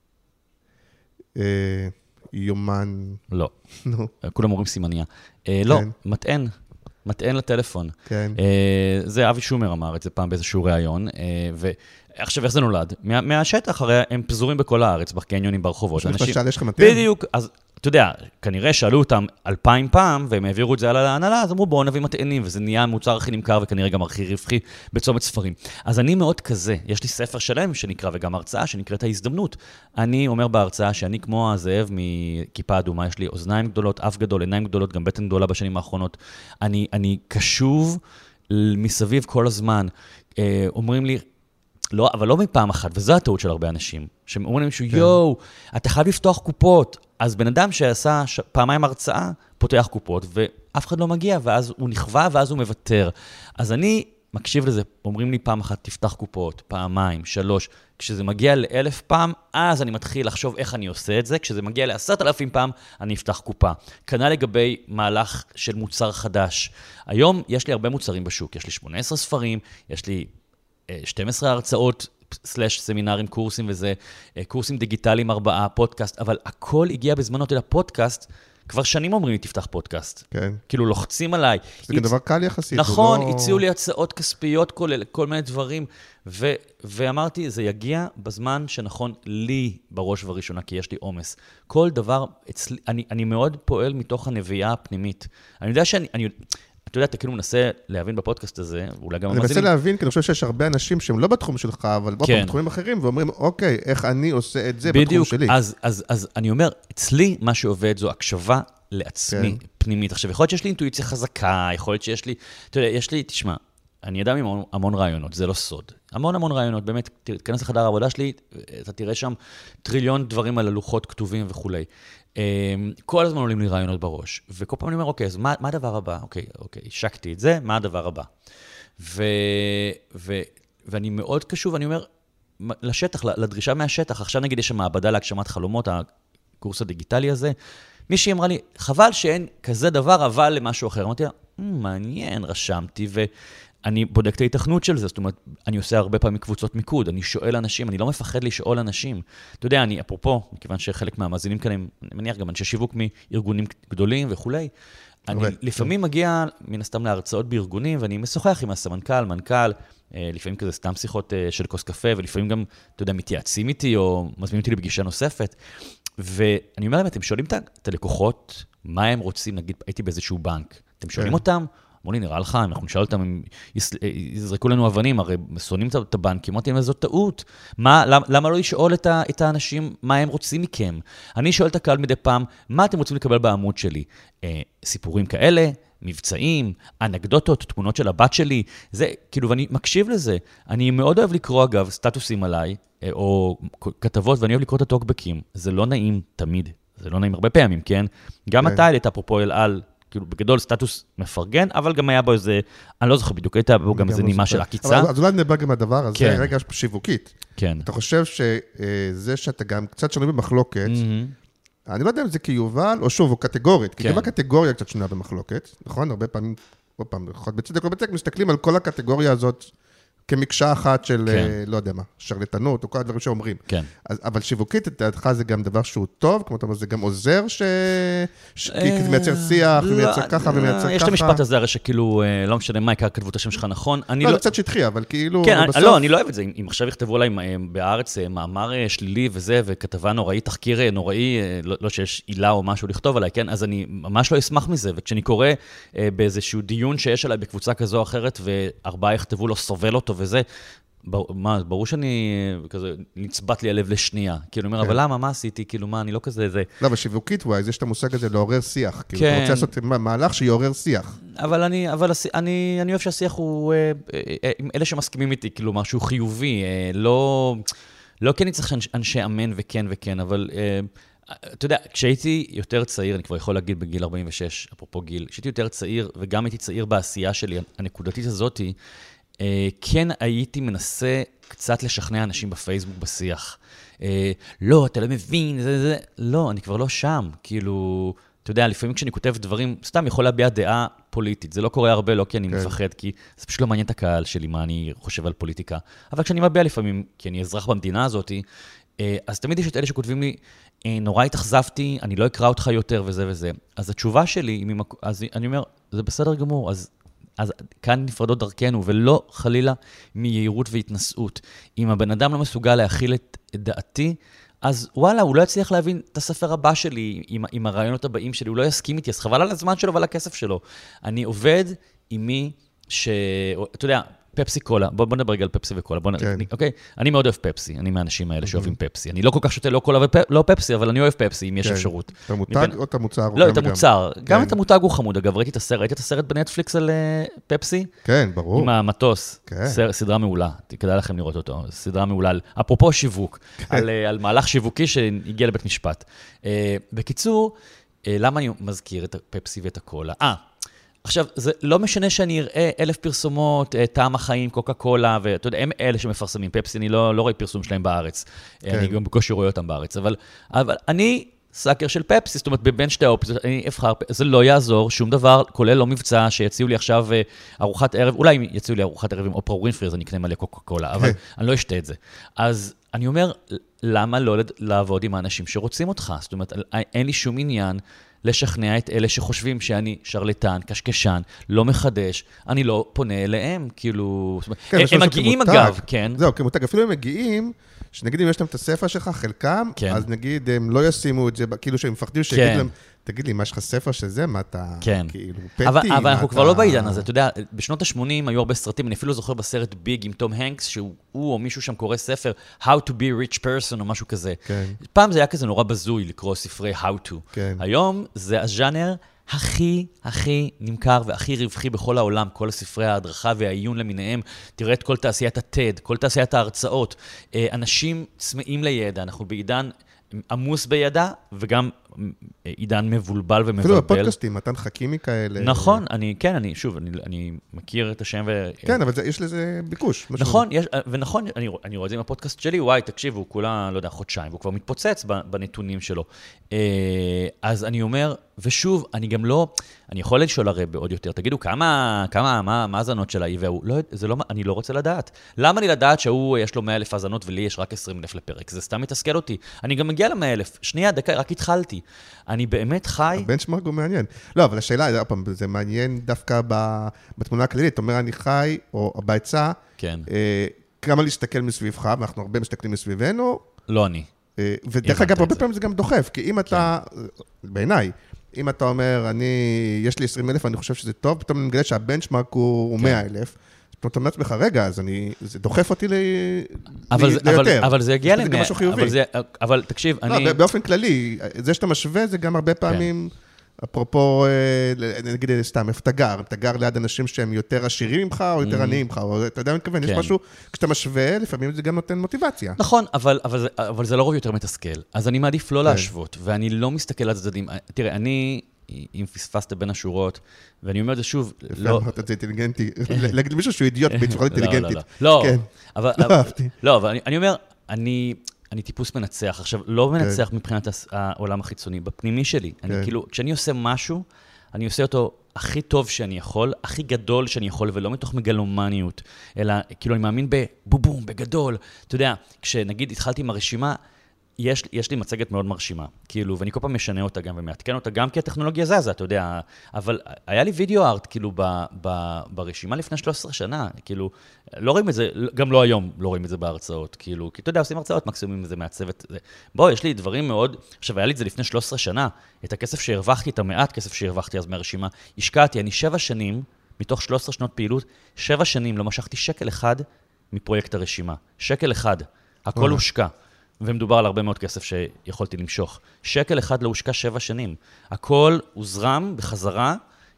יומן... לא. כולם אומרים סימניה. לא, מטען לטלפון. כן. זה אבי שומר אמר את זה פעם באיזשהו ראיון, ועכשיו איך זה נולד? מהשטח, הרי הם פזורים בכל הארץ, בקניונים, ברחובות. למשל, יש לך מטען? בדיוק, אז אתה יודע, כנראה שאלו אותם 2,000 פעם, והם העבירו את זה על ההנהלה, אז אמרו בואו נביא מטענים, וזה נהיה המוצר הכי נמכר, וכנראה גם הכי רווחי בצומת ספרים. אז אני מאוד כזה, יש לי ספר שלם שנקרא, וגם הרצאה שנקראת ההזדמנות. אני אומר בהרצאה שאני כמו הזאב מכיפה אדומה, יש לי אוזניים גדולות, אף גדול, עיניים גדולות, גם בטן גדולה בשנים האחרונות. אני קשוב מסביב כל הזמן. אומרים לי, לא, אבל לא מפעם אחת, וזו הטעות של הרבה אנשים, שאומרים למישהו, יואו, אתה חייב לפתוח קופות. אז בן אדם שעשה פעמיים הרצאה, פותח קופות, אף אחד לא מגיע, ואז הוא נכווה, ואז הוא מוותר. אז אני מקשיב לזה, אומרים לי פעם אחת, תפתח קופות, פעמיים, 3, כשזה מגיע ל1,000 פעם, אז אני מתחיל לחשוב איך אני עושה את זה, כשזה מגיע ל10,000 פעם, אני אפתח קופה. כנ"ל לגבי מהלך של מוצר חדש. היום יש לי הרבה מוצרים בשוק, יש לי 18 ספרים, יש לי 12 הרצאות, סמינרים, קורסים וזה, קורסים דיגיטליים 4, פודקאסט, אבל הכל הגיע בזמנו לפודקאסט, כבר שנים אומרים לי, תפתח פודקאסט. כן. כאילו לוחצים עליי. זה גם דבר קל יחסית. נכון, הציעו לי הצעות כספיות, כל מיני דברים, ואמרתי, זה יגיע בזמן שנכון לי בראש ובראשונה, כי יש לי עומס. כל דבר, אני מאוד פועל מתוך הנביאה הפנימית. אני יודע אתה יודע, אתה כאילו מנסה להבין בפודקאסט הזה, אולי גם אני מנסה להבין, כי אני חושב שיש הרבה אנשים שהם לא בתחום שלך, אבל בתחומים אחרים, ואומרים, אוקיי, איך אני עושה את זה בתחום שלי? בדיוק, אז אני אומר, אצלי מה שעובד זו הקשבה לעצמי, פנימית. עכשיו, יכול להיות שיש לי אינטואיציה חזקה, יכול להיות שיש לי, אתה יודע, תשמע, אני אדם עם המון רעיונות, זה לא סוד. המון רעיונות, באמת, תיכנס לחדר העבודה שלי, אתה תראה שם טריליון דברים על הלוחות כתובים וכולי. כל הזמן עולים לי רעיונות בראש, וכל פעם אני אומר, אוקיי, אז מה הדבר הבא? אוקיי, השקתי את זה, מה הדבר הבא? ואני מאוד קשוב, אני אומר, לשטח, לדרישה מהשטח, עכשיו נגיד יש המעבדה להגשמת חלומות, הקורס הדיגיטלי הזה, מישהי אמרה לי, חבל שאין כזה דבר, אבל למשהו אחר. אמרתי לה, מעניין, רשמתי, ואני בודק את ההתכנות של זה, זאת אומרת, אני עושה הרבה פעמים קבוצות מיקוד, אני שואל אנשים, אני לא מפחד לשאול אנשים. אתה יודע, אפרופו, מכיוון שחלק מהמאזינים כאלה, אני מניח גם אנשי שיווק מארגונים גדולים וכולי, אני לפעמים מגיע מן הסתם להרצאות בארגונים, ואני משוחח עם הסמנכ"ל, מנכ"ל, לפעמים כזה סתם שיחות של כוס קפה, ולפעמים גם, אתה יודע, מתייעצים איתי, או מזמינים אותי לפגישה נוספת. ואני אומר להם, אתם שואלים את הלקוחות, מה הם רוצים, נגיד, הייתי באיזשהו בנק, אתם שואלים אותם, אמרו לי, נראה לך, אנחנו נשאל אותם, הם יזרקו לנו אבנים, הרי שונאים את הבנקים, אמרתי להם, זאת טעות, למה לא לשאול את האנשים מה הם רוצים מכם? אני שואל את הקהל מדי פעם, מה אתם רוצים לקבל בעמוד שלי? סיפורים כאלה, מבצעים, אנקדוטות, תמונות של הבת שלי, זה, כאילו, ואני מקשיב לזה. אני מאוד אוהב לקרוא, אגב, סטטוסים עליי, או כתבות, ואני אוהב לקרוא את הטוקבקים. זה לא נעים תמיד, זה לא נעים הרבה פעמים, כן? גם אתה העלית אפרופו על, כאילו, בגדול סטטוס מפרגן, אבל גם היה בו איזה, אני לא זוכר בדיוק, הייתה בו גם איזה נימה של עקיצה. אז אולי נדבר גם הדבר הזה, רגע שיווקית. כן. אתה חושב שזה שאתה גם קצת שנוי במחלוקת, אני לא יודע אם זה כיובל, או שוב, או קטגורית, כי גם הקטגוריה קצת שנויה במחלוקת, נכון? הרבה פעמים, עוד פעם, בצדק או בצדק, מסתכלים על כל הקטגוריה הזאת כמקשה אחת של, לא יודע מה, שרלטנות, או כל הדברים שאומרים. כן. אבל שיווקית, לדעתך זה גם דבר שהוא טוב, כמו אתה אומר, זה גם עוזר כי זה מייצר שיח, ומייצר ככה, ומייצר ככה. יש את המשפט הזה, הרי שכאילו, לא משנה מה, כתבו את השם שלך נכון. לא, זה קצת שטחי, אבל כאילו... כן, לא, אני לא אוהב את זה. אם עכשיו יכתבו עליי בארץ מאמר שלילי וזה, וכתבה נוראי, תחקיר נוראי, לא שיש עילה או משהו לכתוב עליי, כן? אז אני ממש לא אשמח מזה. וכשאני קורא באיזשהו דיון שיש עליי בקבוצה כזו או אחרת, וארבעה יכתבו לו, סובל אותו וזה, ברור שאני, כזה, נצבט לי הלב לשנייה. כאילו, אני אומר, אבל למה, מה עשיתי? כאילו, מה, אני לא כזה, זה... לא, בשיווקית, וואי, יש את המושג הזה לעורר שיח. כאילו, אתה רוצה לעשות מהלך שיעורר שיח. אבל אני אוהב שהשיח הוא, אלה שמסכימים איתי, כאילו, משהו חיובי, לא כן אני צריך אנשי אמן וכן וכן, אבל... אתה יודע, כשהייתי יותר צעיר, אני כבר יכול להגיד בגיל 46, אפרופו גיל, כשהייתי יותר צעיר, וגם הייתי צעיר בעשייה שלי, הנקודתית הזאת, כן הייתי מנסה קצת לשכנע אנשים בפייסבוק בשיח. לא, אתה לא מבין, זה. לא, אני כבר לא שם. כאילו, אתה יודע, לפעמים כשאני כותב דברים, סתם יכול להביע דעה פוליטית. זה לא קורה הרבה, לא כי אני מפחד, כי זה פשוט לא מעניין את הקהל שלי, מה אני חושב על פוליטיקה. אבל כשאני מביע לפעמים, כי אני אזרח במדינה הזאת, אז תמיד יש את אלה שכותבים לי, נורא התאכזבתי, אני לא אקרא אותך יותר וזה וזה. אז התשובה שלי, אז אני אומר, זה בסדר גמור, אז כאן נפרדות דרכנו, ולא חלילה מיהירות והתנסות. אם הבן אדם לא מסוגל להכיל את דעתי, אז וואלה, הוא לא יצליח להבין את הספר הבא שלי, עם הרעיונות הבאים שלי, הוא לא יסכים איתי, אז חבל על הזמן שלו ועל הכסף שלו. אני עובד עם מי אתה יודע, פפסי קולה, בוא נדבר רגע על פפסי וקולה, אוקיי? אני מאוד אוהב פפסי, אני מהאנשים האלה שאוהבים פפסי. אני לא כל כך שותה לא קולה ולא פפסי, אבל אני אוהב פפסי, אם יש אפשרות. את המותג או את המוצר? לא, את המוצר. גם את המותג הוא חמוד. אגב, ראיתי את הסרט בנטפליקס על פפסי? כן, ברור. עם המטוס. סדרה מעולה. כדאי לכם לראות אותו. סדרה מעולה. אפרופו שיווק, על מהלך שיווקי שהגיע לבית משפט. בקיצור, למה אני מזכיר את הפפסי ואת הקולה? עכשיו, זה לא משנה שאני אראה 1,000 פרסומות, טעם החיים, קוקה קולה, ואתה יודע, הם אלה שמפרסמים, פפסי, אני לא רואה פרסום שלהם בארץ. אני גם בקושי רואה אותם בארץ, אבל אני סאקר של פפסי, זאת אומרת, בין שתי האופציות, אני אבחר, זה לא יעזור, שום דבר, כולל לא מבצע, שיציעו לי עכשיו ארוחת ערב, אולי אם יציעו לי ארוחת ערב עם אופרה ווינפרי, אז אני אקנה מלא קוקה קולה, אבל אני לא אשתה את זה. אז אני אומר, למה לא לעבוד עם האנשים שרוצים אותך? זאת אומרת, אין לי שום עניין לשכנע את אלה שחושבים שאני שרלטן, קשקשן, לא מחדש, אני לא פונה אליהם, כאילו... הם מגיעים אגב, כן. זהו, כמותג, אפילו הם מגיעים, שנגיד אם יש להם את הספר שלך, חלקם, אז נגיד הם לא ישימו את זה, כאילו שהם מפחדים שיגידו להם, תגיד לי, מה יש לך ספר שזה? מה אתה, כאילו, פטי? אבל אנחנו כבר לא בעידן הזה, אתה יודע, בשנות ה-80 היו הרבה סרטים, אני אפילו זוכר בסרט ביג עם תום הנקס, שהוא או מישהו שם קורא ספר, How to be a rich person או משהו כזה. פעם זה היה כזה נורא בזוי לקרוא ספרי How to. היום זה הז'אנר הכי נמכר והכי רווחי בכל העולם, כל הספרי ההדרכה והעיון למיניהם, תראה את כל תעשיית הטד, כל תעשיית ההרצאות, אנשים צמאים לידע, אנחנו בעידן עמוס בידע, וגם עידן מבולבל ומבלבל. אפילו בפודקאסטים, מתן חכימי כאלה. נכון, אני מכיר את השם כן, אבל יש לזה ביקוש. נכון, ונכון, אני רואה את זה עם הפודקאסט שלי, וואי, תקשיב, הוא כולה, לא יודע, חודשיים, והוא כבר מתפוצץ בנתונים שלו. אז אני אומר, ושוב, אני גם לא, אני יכול לשאול הרי בעוד יותר, תגידו, מה האזנות של האי והוא? אני לא רוצה לדעת. למה אני לדעת שהוא יש לו 100,000 האזנות ולי יש רק 20,000 לפרק? זה סתם מתסכל אותי. אני גם מגיע ל100,000. שנייה, דקה, רק התחלתי. אני באמת חי... הבנצ'מרק הוא מעניין. לא, אבל השאלה, זה מעניין דווקא בתמונה הכללית. אתה אומר, אני חי, או בהיצע, כמה להסתכל מסביבך, ואנחנו הרבה מסתכלים מסביבנו. לא אני. ודרך אגב, הרבה פעמים זה גם דוחף, כי אם אתה, בעיניי, אם אתה אומר, יש לי 20,000, אני חושב שזה טוב, פתאום אני מגלה שהבנצ'מרק הוא 100,000, פתאום אתה אומר לעצמך, רגע, אז זה דוחף אותי ליותר. אבל זה יגיע זה גם משהו חיובי. אבל תקשיב, לא, באופן כללי, זה שאתה משווה, זה גם הרבה פעמים, אפרופו, נגיד סתם, איפה אתה גר ליד אנשים שהם יותר עשירים ממך, או יותר עניים ממך, או אתה יודע מה מתכוון, יש משהו, כשאתה משווה, לפעמים זה גם נותן מוטיבציה. נכון, אבל זה לרוב יותר מתסכל. אז אני מעדיף לא להשוות, ואני לא מסתכל על צדדים. תראה, אם פספסת בין השורות, ואני אומר את זה שוב, לא... אמרת את זה אינטליגנטי, להגיד מישהו שהוא אידיוט בצורה אינטליגנטית. לא, אבל אני אומר, אני טיפוס מנצח. עכשיו, לא מנצח מבחינת העולם החיצוני, בפנימי שלי. כאילו, כשאני עושה משהו, אני עושה אותו הכי טוב שאני יכול, הכי גדול שאני יכול, ולא מתוך מגלומניות, אלא כאילו אני מאמין בבום, בגדול. אתה יודע, כשנגיד התחלתי עם הרשימה, יש לי מצגת מאוד מרשימה, כאילו, ואני כל פעם משנה אותה גם ומעדכן אותה, גם כי הטכנולוגיה זזה, אתה יודע, אבל היה לי וידאו ארט, כאילו, ברשימה לפני 13 שנה, כאילו, לא רואים את זה, גם לא היום לא רואים את זה בהרצאות, כאילו, כי אתה יודע, עושים הרצאות, מקסימום זה מעצבת, בוא, יש לי דברים מאוד, עכשיו, היה לי את זה לפני 13 שנה, את הכסף שהרווחתי, את המעט כסף שהרווחתי אז מהרשימה, השקעתי, אני 7 שנים, מתוך 13 שנות פעילות, 7 שנים לא משכתי שקל אחד מפרויקט הרשימה, שקל אחד, הכל הושקע. ומדובר על הרבה מאוד כסף שיכולתי למשוך. שקל אחד לא הושקע 7 שנים. הכל הוזרם בחזרה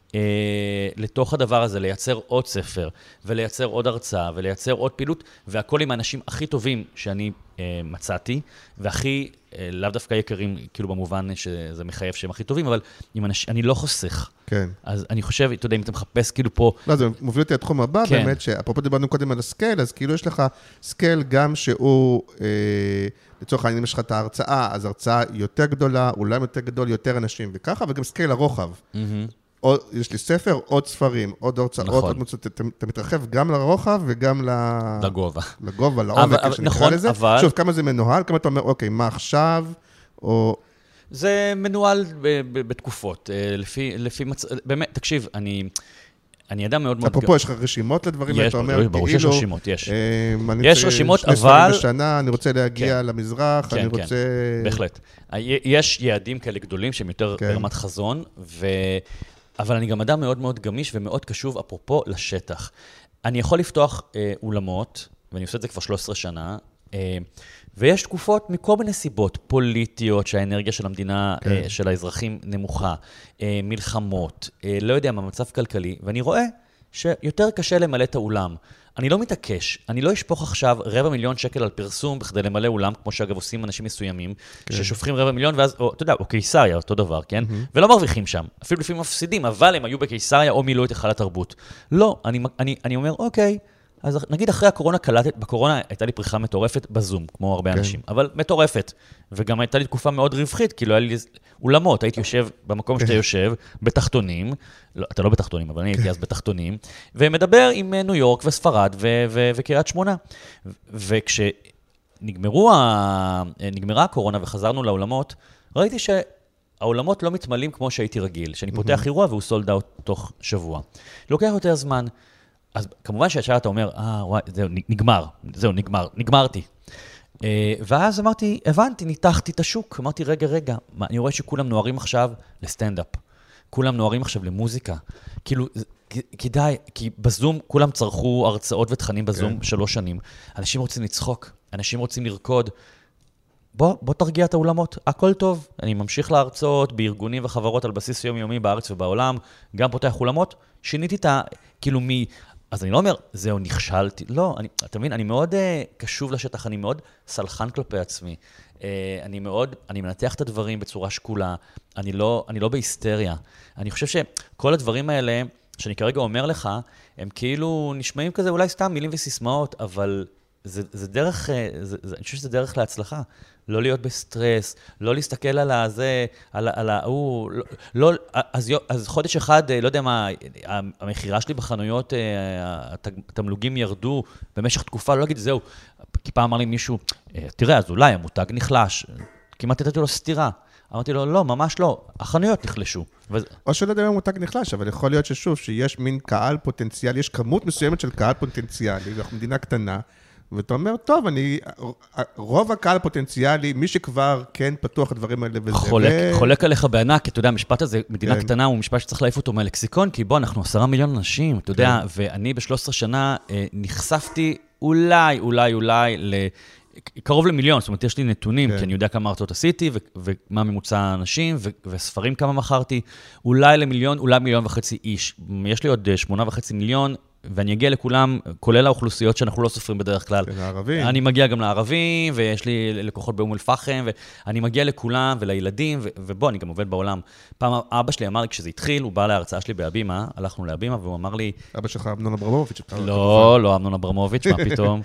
לתוך הדבר הזה, לייצר עוד ספר, ולייצר עוד הרצאה, ולייצר עוד פעילות, והכל עם האנשים הכי טובים שאני מצאתי, והכי, לאו דווקא יקרים, כאילו במובן שזה מחייב שהם הכי טובים, אבל אני לא חוסך. כן. אז אני חושב, אתה יודע, אם אתה מחפש כאילו פה... לא, זה מוביל אותי לתחום הבא, באמת, שאפרופו דיברנו קודם על הסקייל, אז כאילו יש לך סקייל גם שהוא, לצורך העניין, יש לך את ההרצאה, אז הרצאה יותר גדולה, אולי יותר גדול, יותר אנשים וככה, וגם סקייל הרוחב. יש לי ספר, עוד ספרים, עוד הרצאות, עוד מצוות, אתה מתרחב גם לרוחב וגם לגובה. לגובה, לעומק, שנקרא לזה. שוב, כמה זה מנוהל, כמה אתה אומר, אוקיי, מה עכשיו, או... זה מנוהל בתקופות, באמת, תקשיב, אני אדם מאוד מאוד... אפרופו, יש לך רשימות לדברים, אתה אומר, ברור שיש רשימות, יש. יש רשימות, אבל... 2 ספרים בשנה, אני רוצה להגיע למזרח, אני רוצה... בהחלט. יש יעדים כאלה גדולים שהם יותר ברמת חזון, אבל אני גם אדם מאוד מאוד גמיש ומאוד קשוב, אפרופו, לשטח. אני יכול לפתוח אולמות, ואני עושה את זה כבר 13 שנה, ויש תקופות מכל מיני סיבות, פוליטיות, שהאנרגיה של המדינה, של האזרחים נמוכה, מלחמות, לא יודע מה, מצב כלכלי, ואני רואה שיותר קשה למלא את האולם. אני לא מתעקש, אני לא אשפוך עכשיו 250,000 שקל על פרסום בכדי למלא אולם, כמו שאגב עושים אנשים מסוימים, ששופכים 250,000 ואז, אתה יודע, או קיסריה, אותו דבר, כן? ולא מרוויחים שם, אפילו לפעמים מפסידים, אבל הם היו בקיסריה או מילאו את היכל התרבות. לא, אני אומר, אוקיי, אז נגיד אחרי הקורונה בקורונה הייתה לי פריחה מטורפת בזום, כמו הרבה אנשים, אבל מטורפת. וגם הייתה לי תקופה מאוד רווחית, כי לא היה לי אולמות, הייתי יושב במקום שאתה יושב, בתחתונים, לא, אתה לא בתחתונים, אבל אני הייתי אז בתחתונים, ומדבר עם ניו יורק וספרד וקריית שמונה. וכשנגמרה הקורונה וחזרנו לאולמות, ראיתי שהאולמות לא מתמלאים כמו שהייתי רגיל, שאני פותח אירוע והוא סולד אאוט תוך שבוע. לוקח יותר זמן. אז כמובן שישר אתה אומר, וואי, זהו, נגמרתי. ואז אמרתי, הבנתי, ניתחתי את השוק, אמרתי, רגע, אני רואה שכולם נוערים עכשיו לסטנד-אפ, כולם נוערים עכשיו למוזיקה, כאילו, כדאי, כי בזום כולם צרכו הרצאות ותכנים בזום 3 שנים, אנשים רוצים לצחוק, אנשים רוצים לרקוד, בוא תרגיע את האולמות, הכל טוב, אני ממשיך להרצאות בארגונים וחברות על בסיס יומיומי בארץ ובעולם, גם פותח אולמות, שיניתי את כאילו אז אני לא אומר, זהו, נכשלתי. לא, אתה מבין, אני מאוד קשוב לשטח, אני מאוד סלחן כלפי עצמי. אני מנתח את הדברים בצורה שקולה, אני לא בהיסטריה. אני חושב שכל הדברים האלה, שאני כרגע אומר לך, הם כאילו נשמעים כזה, אולי סתם מילים וסיסמאות, אבל זה דרך, אני חושב שזה דרך להצלחה. לא להיות בסטרס, לא להסתכל על הזה, על ההוא, לא, אז חודש אחד, לא יודע מה, המחירה שלי בחנויות, התמלוגים ירדו במשך תקופה, לא להגיד, זהו, כי פעם אמר לי מישהו, תראה, אז אולי המותג נחלש, כמעט נתתי לו סתירה. אמרתי לו, לא, ממש לא, החנויות נחלשו. או שלא יודע אם המותג נחלש, אבל יכול להיות ששוב, שיש מין קהל פוטנציאלי, יש כמות מסוימת של קהל פוטנציאלי, ואנחנו מדינה קטנה, ואתה אומר, טוב, רוב הקהל הפוטנציאלי, מי שכבר כן פתוח הדברים האלה וזה. חולק עליך בענק, כי אתה יודע, המשפט הזה, מדינה קטנה, הוא משפט שצריך להעיף אותו מהלקסיקון, כי בוא, אנחנו 10 מיליון אנשים, אתה יודע, ואני ב-13 שנה נחשפתי אולי קרוב ל1,000,000, זאת אומרת, יש לי נתונים, כי אני יודע כמה הרצאות עשיתי, ומה ממוצע האנשים, וספרים כמה מכרתי, אולי ל1,000,000, אולי 1,500,000 איש. יש לי עוד 8.5 מיליון, ואני אגיע לכולם, כולל האוכלוסיות שאנחנו לא סופרים בדרך כלל. לערבים. אני מגיע גם לערבים, ויש לי לקוחות באום אל-פחם, ואני מגיע לכולם ולילדים, ובוא, אני גם עובד בעולם. פעם אבא שלי אמר לי, כשזה התחיל, הוא בא להרצאה שלי בהבימה, הלכנו להבימה, והוא אמר לי... אבא שלך אמנון אברמוביץ'. לא אמנון אברמוביץ', מה פתאום.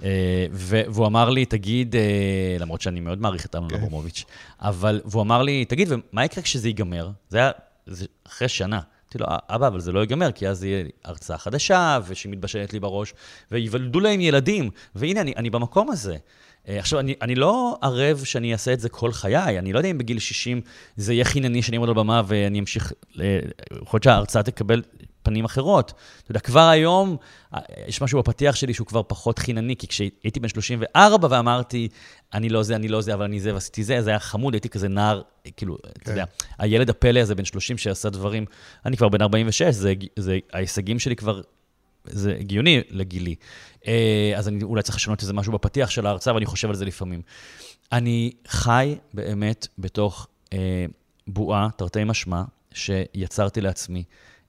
והוא אמר לי, תגיד, למרות שאני מאוד מעריך את אמנון אברמוביץ', והוא אמר לי, תגיד, ומה יקרה כשזה ייגמר? זה היה אחרי שנה. אמרתי לו, אבא, אבל זה לא ייגמר, כי אז יהיה הרצאה חדשה, ושמתבשלת לי בראש, ויוולדו להם ילדים, והנה, אני במקום הזה. עכשיו, אני לא ערב שאני אעשה את זה כל חיי, אני לא יודע אם בגיל 60 זה יהיה חינני שאני אעמוד על במה, ואני אמשיך, יכול להיות שההרצאה תקבל פנים אחרות. אתה יודע, כבר היום, יש משהו בפתיח שלי שהוא כבר פחות חינני, כי כשהייתי בן 34 ואמרתי, אני לא זה, אבל אני זה ועשיתי זה, זה היה חמוד, הייתי כזה נער, כאילו, אתה יודע, הילד הפלא הזה בן 30 שעשה דברים, אני כבר בן 46, ההישגים שלי כבר, זה הגיוני לגילי. אז אני אולי צריך לשנות איזה משהו בפתיח של ההרצאה, ואני חושב על זה לפעמים. אני חי באמת בתוך בועה, תרתי משמע, שיצרתי לעצמי.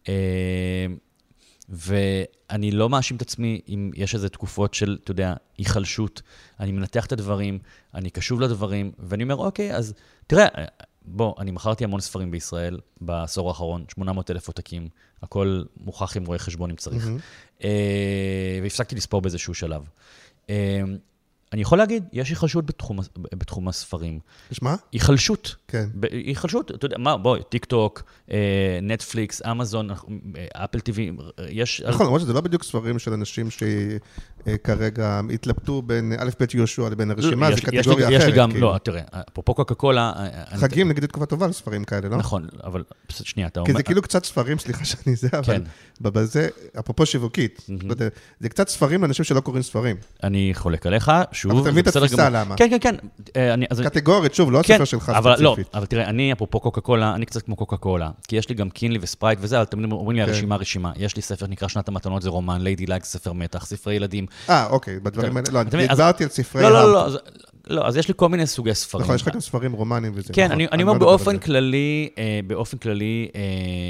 ואני לא מאשים את עצמי אם יש איזה תקופות של, אתה יודע, היחלשות. אני מנתח את הדברים, אני קשוב לדברים, ואני אומר, אוקיי, אז תראה, בוא, אני מכרתי המון ספרים בישראל בעשור האחרון, 800,000 עותקים, הכל מוכח עם רואי חשבון אם צריך. והפסקתי לספור באיזשהו שלב. אני יכול להגיד, יש היחלשות בתחום הספרים. יש מה? היחלשות. כן. היחלשות, אתה יודע, מה, בוא, טיק טוק, נטפליקס, אמזון, אפל טיווי, יש... נכון, למרות שזה לא בדיוק ספרים של אנשים שכרגע התלבטו בין א' ב' יהושע לבין הרשימה, זה קטגוריה אחרת. יש לי גם, לא, תראה, אפרופו קוקה קולה... חגים, נגיד, תקופה טובה לספרים כאלה, לא? נכון, אבל שנייה, אתה אומר... כי זה כאילו קצת ספרים, סליחה שאני זה, אבל בזה, אפרופו שיווקית, זה קצת ספרים לאנשים שלא קוראים ספרים. אני חולק עליך, שוב... אבל תביא את התפיסה, למה? כן, כן, כן. קטגורית, שוב, לא הספר שלך ספציפית. אבל תראה, אני, אפרופו קוקה קולה, אני קצת כמו קוקה קולה, כי יש לי גם קינלי וספרייט וזה, אבל תמיד אומרים לי, הרשימה. יש לי ספר שנקרא שנת המתנות, זה רומן, ליידי לייק, ספר מתח, ספרי ילדים. אוקיי, בדברים האלה, לא, אני דיברתי על ספרי... לא, אז יש לי כל מיני סוגי ספרים. נכון, יש לך גם ספרים רומנים וזה. כן, אני אומר באופן כללי,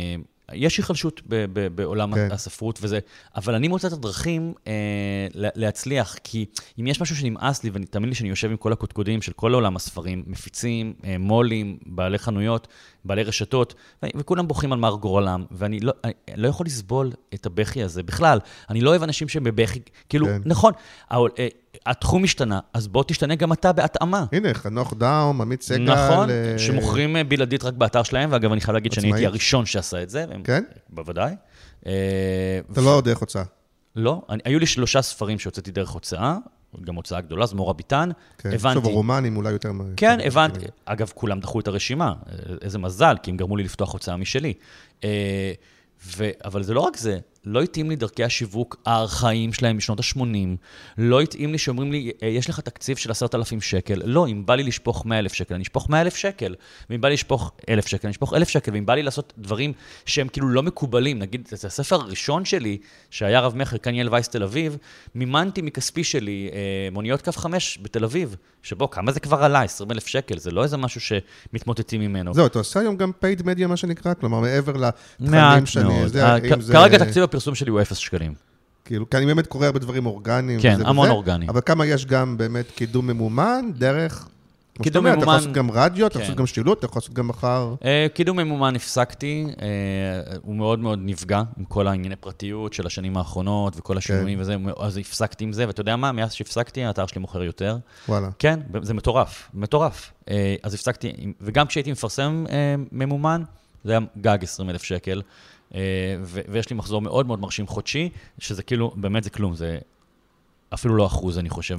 יש היחלשות בעולם הספרות וזה, אבל אני מוצא את הדרכים להצליח, כי אם יש משהו שנמאס לי, ותאמין לי שאני יושב עם כל הקודקודים של כל עולם הספרים, מפיצים, מולים, בעלי חנויות, בעלי רשתות, וכולם בוכים על מר גורלם, ואני לא יכול לסבול את הבכי הזה. בכלל, אני לא אוהב אנשים שהם בבכי, כאילו, נכון, התחום משתנה, אז בוא תשתנה גם אתה בהתאמה. הנה, חנוך דאום, עמית סגל. נכון, שמוכרים בלעדית רק באתר שלהם, ואגב, אני חייב להגיד שאני הייתי הראשון שעשה את זה. כן? בוודאי. אתה לא דרך הוצאה. לא, היו לי 3 ספרים שהוצאתי דרך הוצאה, גם הוצאה גדולה, זמורה ביטן. הבנתי. עכשיו, רומנים אולי יותר... כן, הבנתי. אגב, כולם דחו את הרשימה. איזה מזל, כי הם גרמו לי לפתוח הוצאה משלי. אבל זה לא רק זה, לא התאים לי דרכי השיווק הארכאיים שלהם בשנות ה-80, לא התאים לי שאומרים לי, יש לך תקציב של 10,000 שקל, לא, אם בא לי לשפוך 100,000 שקל, אני אשפוך 100,000 שקל, ואם בא לי לשפוך 1,000 שקל, אני אשפוך 1,000 שקל, ואם בא לי לעשות דברים שהם כאילו לא מקובלים, נגיד, זה הספר הראשון שלי, שהיה רב מחר, קניאל וייס תל אביב, מימנתי מכספי שלי, מוניות קו 5 בתל אביב, שבו כמה זה כבר עלה, 20,000 שקל, זה לא איזה משהו שמתמוטטים ממנו. זהו, אתה עושה היום גם paid media, מה שנקרא, כלומר, מעבר לתכנים שאני... כרגע תקציב הפרסום שלי הוא 0 שקלים. כאילו, כי אני באמת קורא הרבה דברים אורגניים. כן, המון אורגני. אבל כמה יש גם באמת קידום ממומן, דרך... קידום ממומן... אתה יכול לעשות גם רדיו, אתה יכול לעשות גם שילוט, אתה יכול לעשות גם מחר... קידום ממומן הפסקתי, הוא מאוד מאוד נפגע עם כל הענייני פרטיות של השנים האחרונות וכל השינויים וזה, אז הפסקתי עם זה, ואתה יודע מה? מאז שהפסקתי, האתר שלי מוכר יותר. וואלה. כן, זה מטורף, מטורף. אז הפסקתי, וגם כשהייתי מפרסם ממומן, זה היה גג 20,000 שקל. ויש לי מחזור מאוד מאוד מרשים חודשי, שזה כאילו, באמת זה כלום, זה אפילו לא 1%, אני חושב,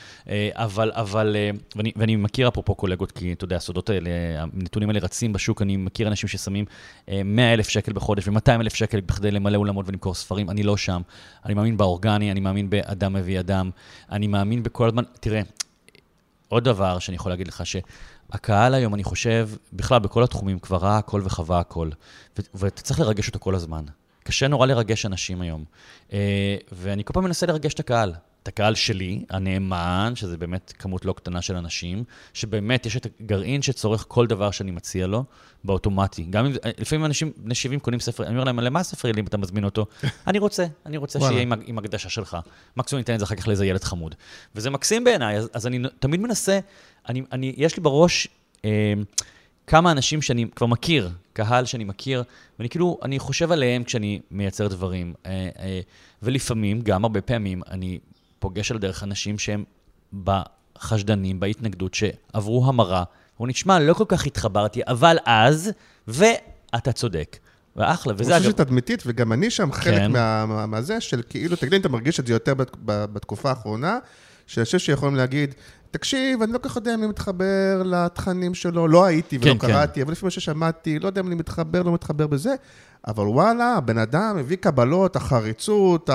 ואני מכיר פה קולגות, כי אתה יודע, הסודות האלה, הנתונים האלה רצים בשוק, אני מכיר אנשים ששמים 100,000 שקל בחודש, ו200,000 שקל בכדי למלא אולמות ולמכור ספרים, אני לא שם, אני מאמין באורגני, אני מאמין באדם מביא אדם, אני מאמין בכל הזמן, תראה, עוד דבר שאני יכול להגיד לך, הקהל היום, אני חושב, בכלל, בכל התחומים, כבר ראה הכל וחווה הכל, ואתה צריך לרגש אותו כל הזמן. קשה נורא לרגש אנשים היום. ואני כל פעם מנסה לרגש את הקהל. את הקהל שלי, הנאמן, שזה באמת כמות לא קטנה של אנשים, שבאמת יש את הגרעין שצורך כל דבר שאני מציע לו, באוטומטי. גם אם, לפעמים אנשים בני 70 קונים ספר, אני אומר להם, למה הספר לי אם אתה מזמין אותו? אני רוצה שיהיה עם הקדשה שלך. מקסימום ניתן את זה אחר כך לאיזה ילד חמוד. וזה מקסים בעיניי, אז אני תמיד מנסה, יש לי בראש כמה אנשים שאני כבר מכיר, קהל שאני מכיר, ואני כאילו, אני חושב עליהם כשאני מייצר דברים. ולפעמים, גם הרבה פעמים, אני פוגש על דרך אנשים שהם בחשדנים, בהתנגדות, שעברו המרה, הוא נשמע, לא כל כך התחברתי, אבל אז, ואתה צודק. ואחלה, וזה אני חושב שתדמיתית, וגם אני שם חלק מהזה, של כאילו, תגדין, אתה מרגיש את זה יותר בתקופה האחרונה, שאני חושב שיכולים להגיד, תקשיב, אני לא כך יודע אם אני מתחבר לתכנים שלו, לא הייתי ולא קראתי, אבל לפעמים ששמעתי, לא יודע אם אני מתחבר, לא מתחבר בזה, אבל וואלה, הבן אדם מביא קבלות, החריצות,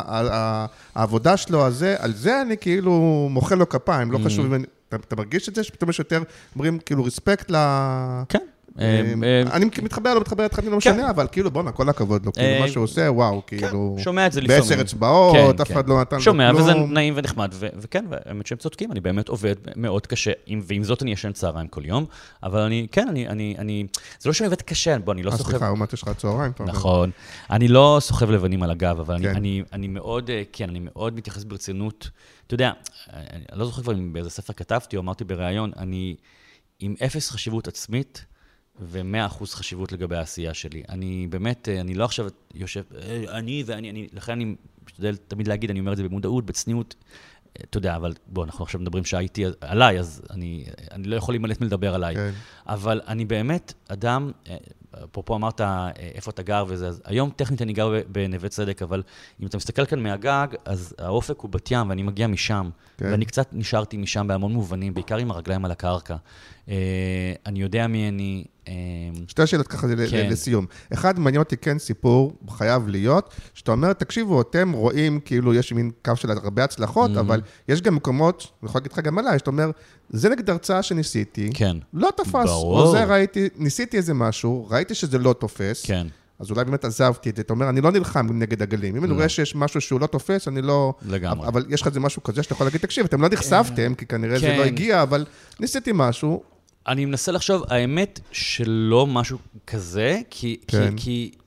העבודה שלו, על זה אני כאילו מוחל לו כפיים, לא חשוב, אתה מרגיש את זה, שפתאום יש יותר, אומרים כאילו רספקט כן. אני מתחבר, לא מתחבר לתכנים, לא משנה, אבל כאילו בוא'נה, כל הכבוד לו, כאילו מה שהוא עושה, וואו, כאילו... שומע את זה לפעמים. בעשר אצבעות, אף אחד לא נתן לו כלום. שומע, וזה נעים ונחמד, וכן, האמת שהם צודקים, אני באמת עובד מאוד קשה, ועם זאת אני ישן צהריים כל יום, אבל אני, כן, זה לא שאני עובד קשה, בוא, אני לא סוחב... סליחה, אומרת יש לך צהריים. נכון, אני לא סוחב לבנים על הגב, אבל אני מאוד, כן, אני מאוד מתייחס ברצינות, אתה יודע, אני לא זוכר כבר אם באיזה ספר כתבתי או אמרתי בראיון, אני עם 0 חשיבות עצמית, ו100% חשיבות לגבי העשייה שלי. אני באמת, אני לא עכשיו יושב, לכן אני משתדל תמיד להגיד, אני אומר את זה במודעות, בצניעות, אתה יודע, אבל בוא, אנחנו עכשיו מדברים שהייתי עליי, אז אני לא יכול להימלט מלדבר עליי. כן. אבל אני באמת אדם, פה אמרת איפה אתה גר וזה, אז היום טכנית אני גר בנווה צדק, אבל אם אתה מסתכל כאן מהגג, אז האופק הוא בת ים, ואני מגיע משם, כן. ואני קצת נשארתי משם בהמון מובנים, בעיקר עם הרגליים על הקרקע. אני יודע מי אני... שתי שאלות ככה לסיום. אחד, מעניין אותי כן סיפור, חייב להיות, שאתה אומר, תקשיבו, אתם רואים כאילו יש מין קו של הרבה הצלחות, אבל יש גם מקומות, אני יכול להגיד לך גם עליי, שאתה אומר, זה נגד הרצאה שניסיתי, לא תפס, או זה ראיתי, ניסיתי איזה משהו, ראיתי שזה לא תופס, אז אולי באמת עזבתי את זה, אתה אומר, אני לא נלחם נגד הגלים, אם אני רואה שיש משהו שהוא לא תופס, אני לא... לגמרי. אבל יש לך איזה משהו כזה שאתה יכול להגיד, תקשיב, אתם לא נחשפתם, כי כנראה זה לא הגיע, אבל ניסיתי משהו. אני מנסה לחשוב, האמת שלא משהו כזה, כי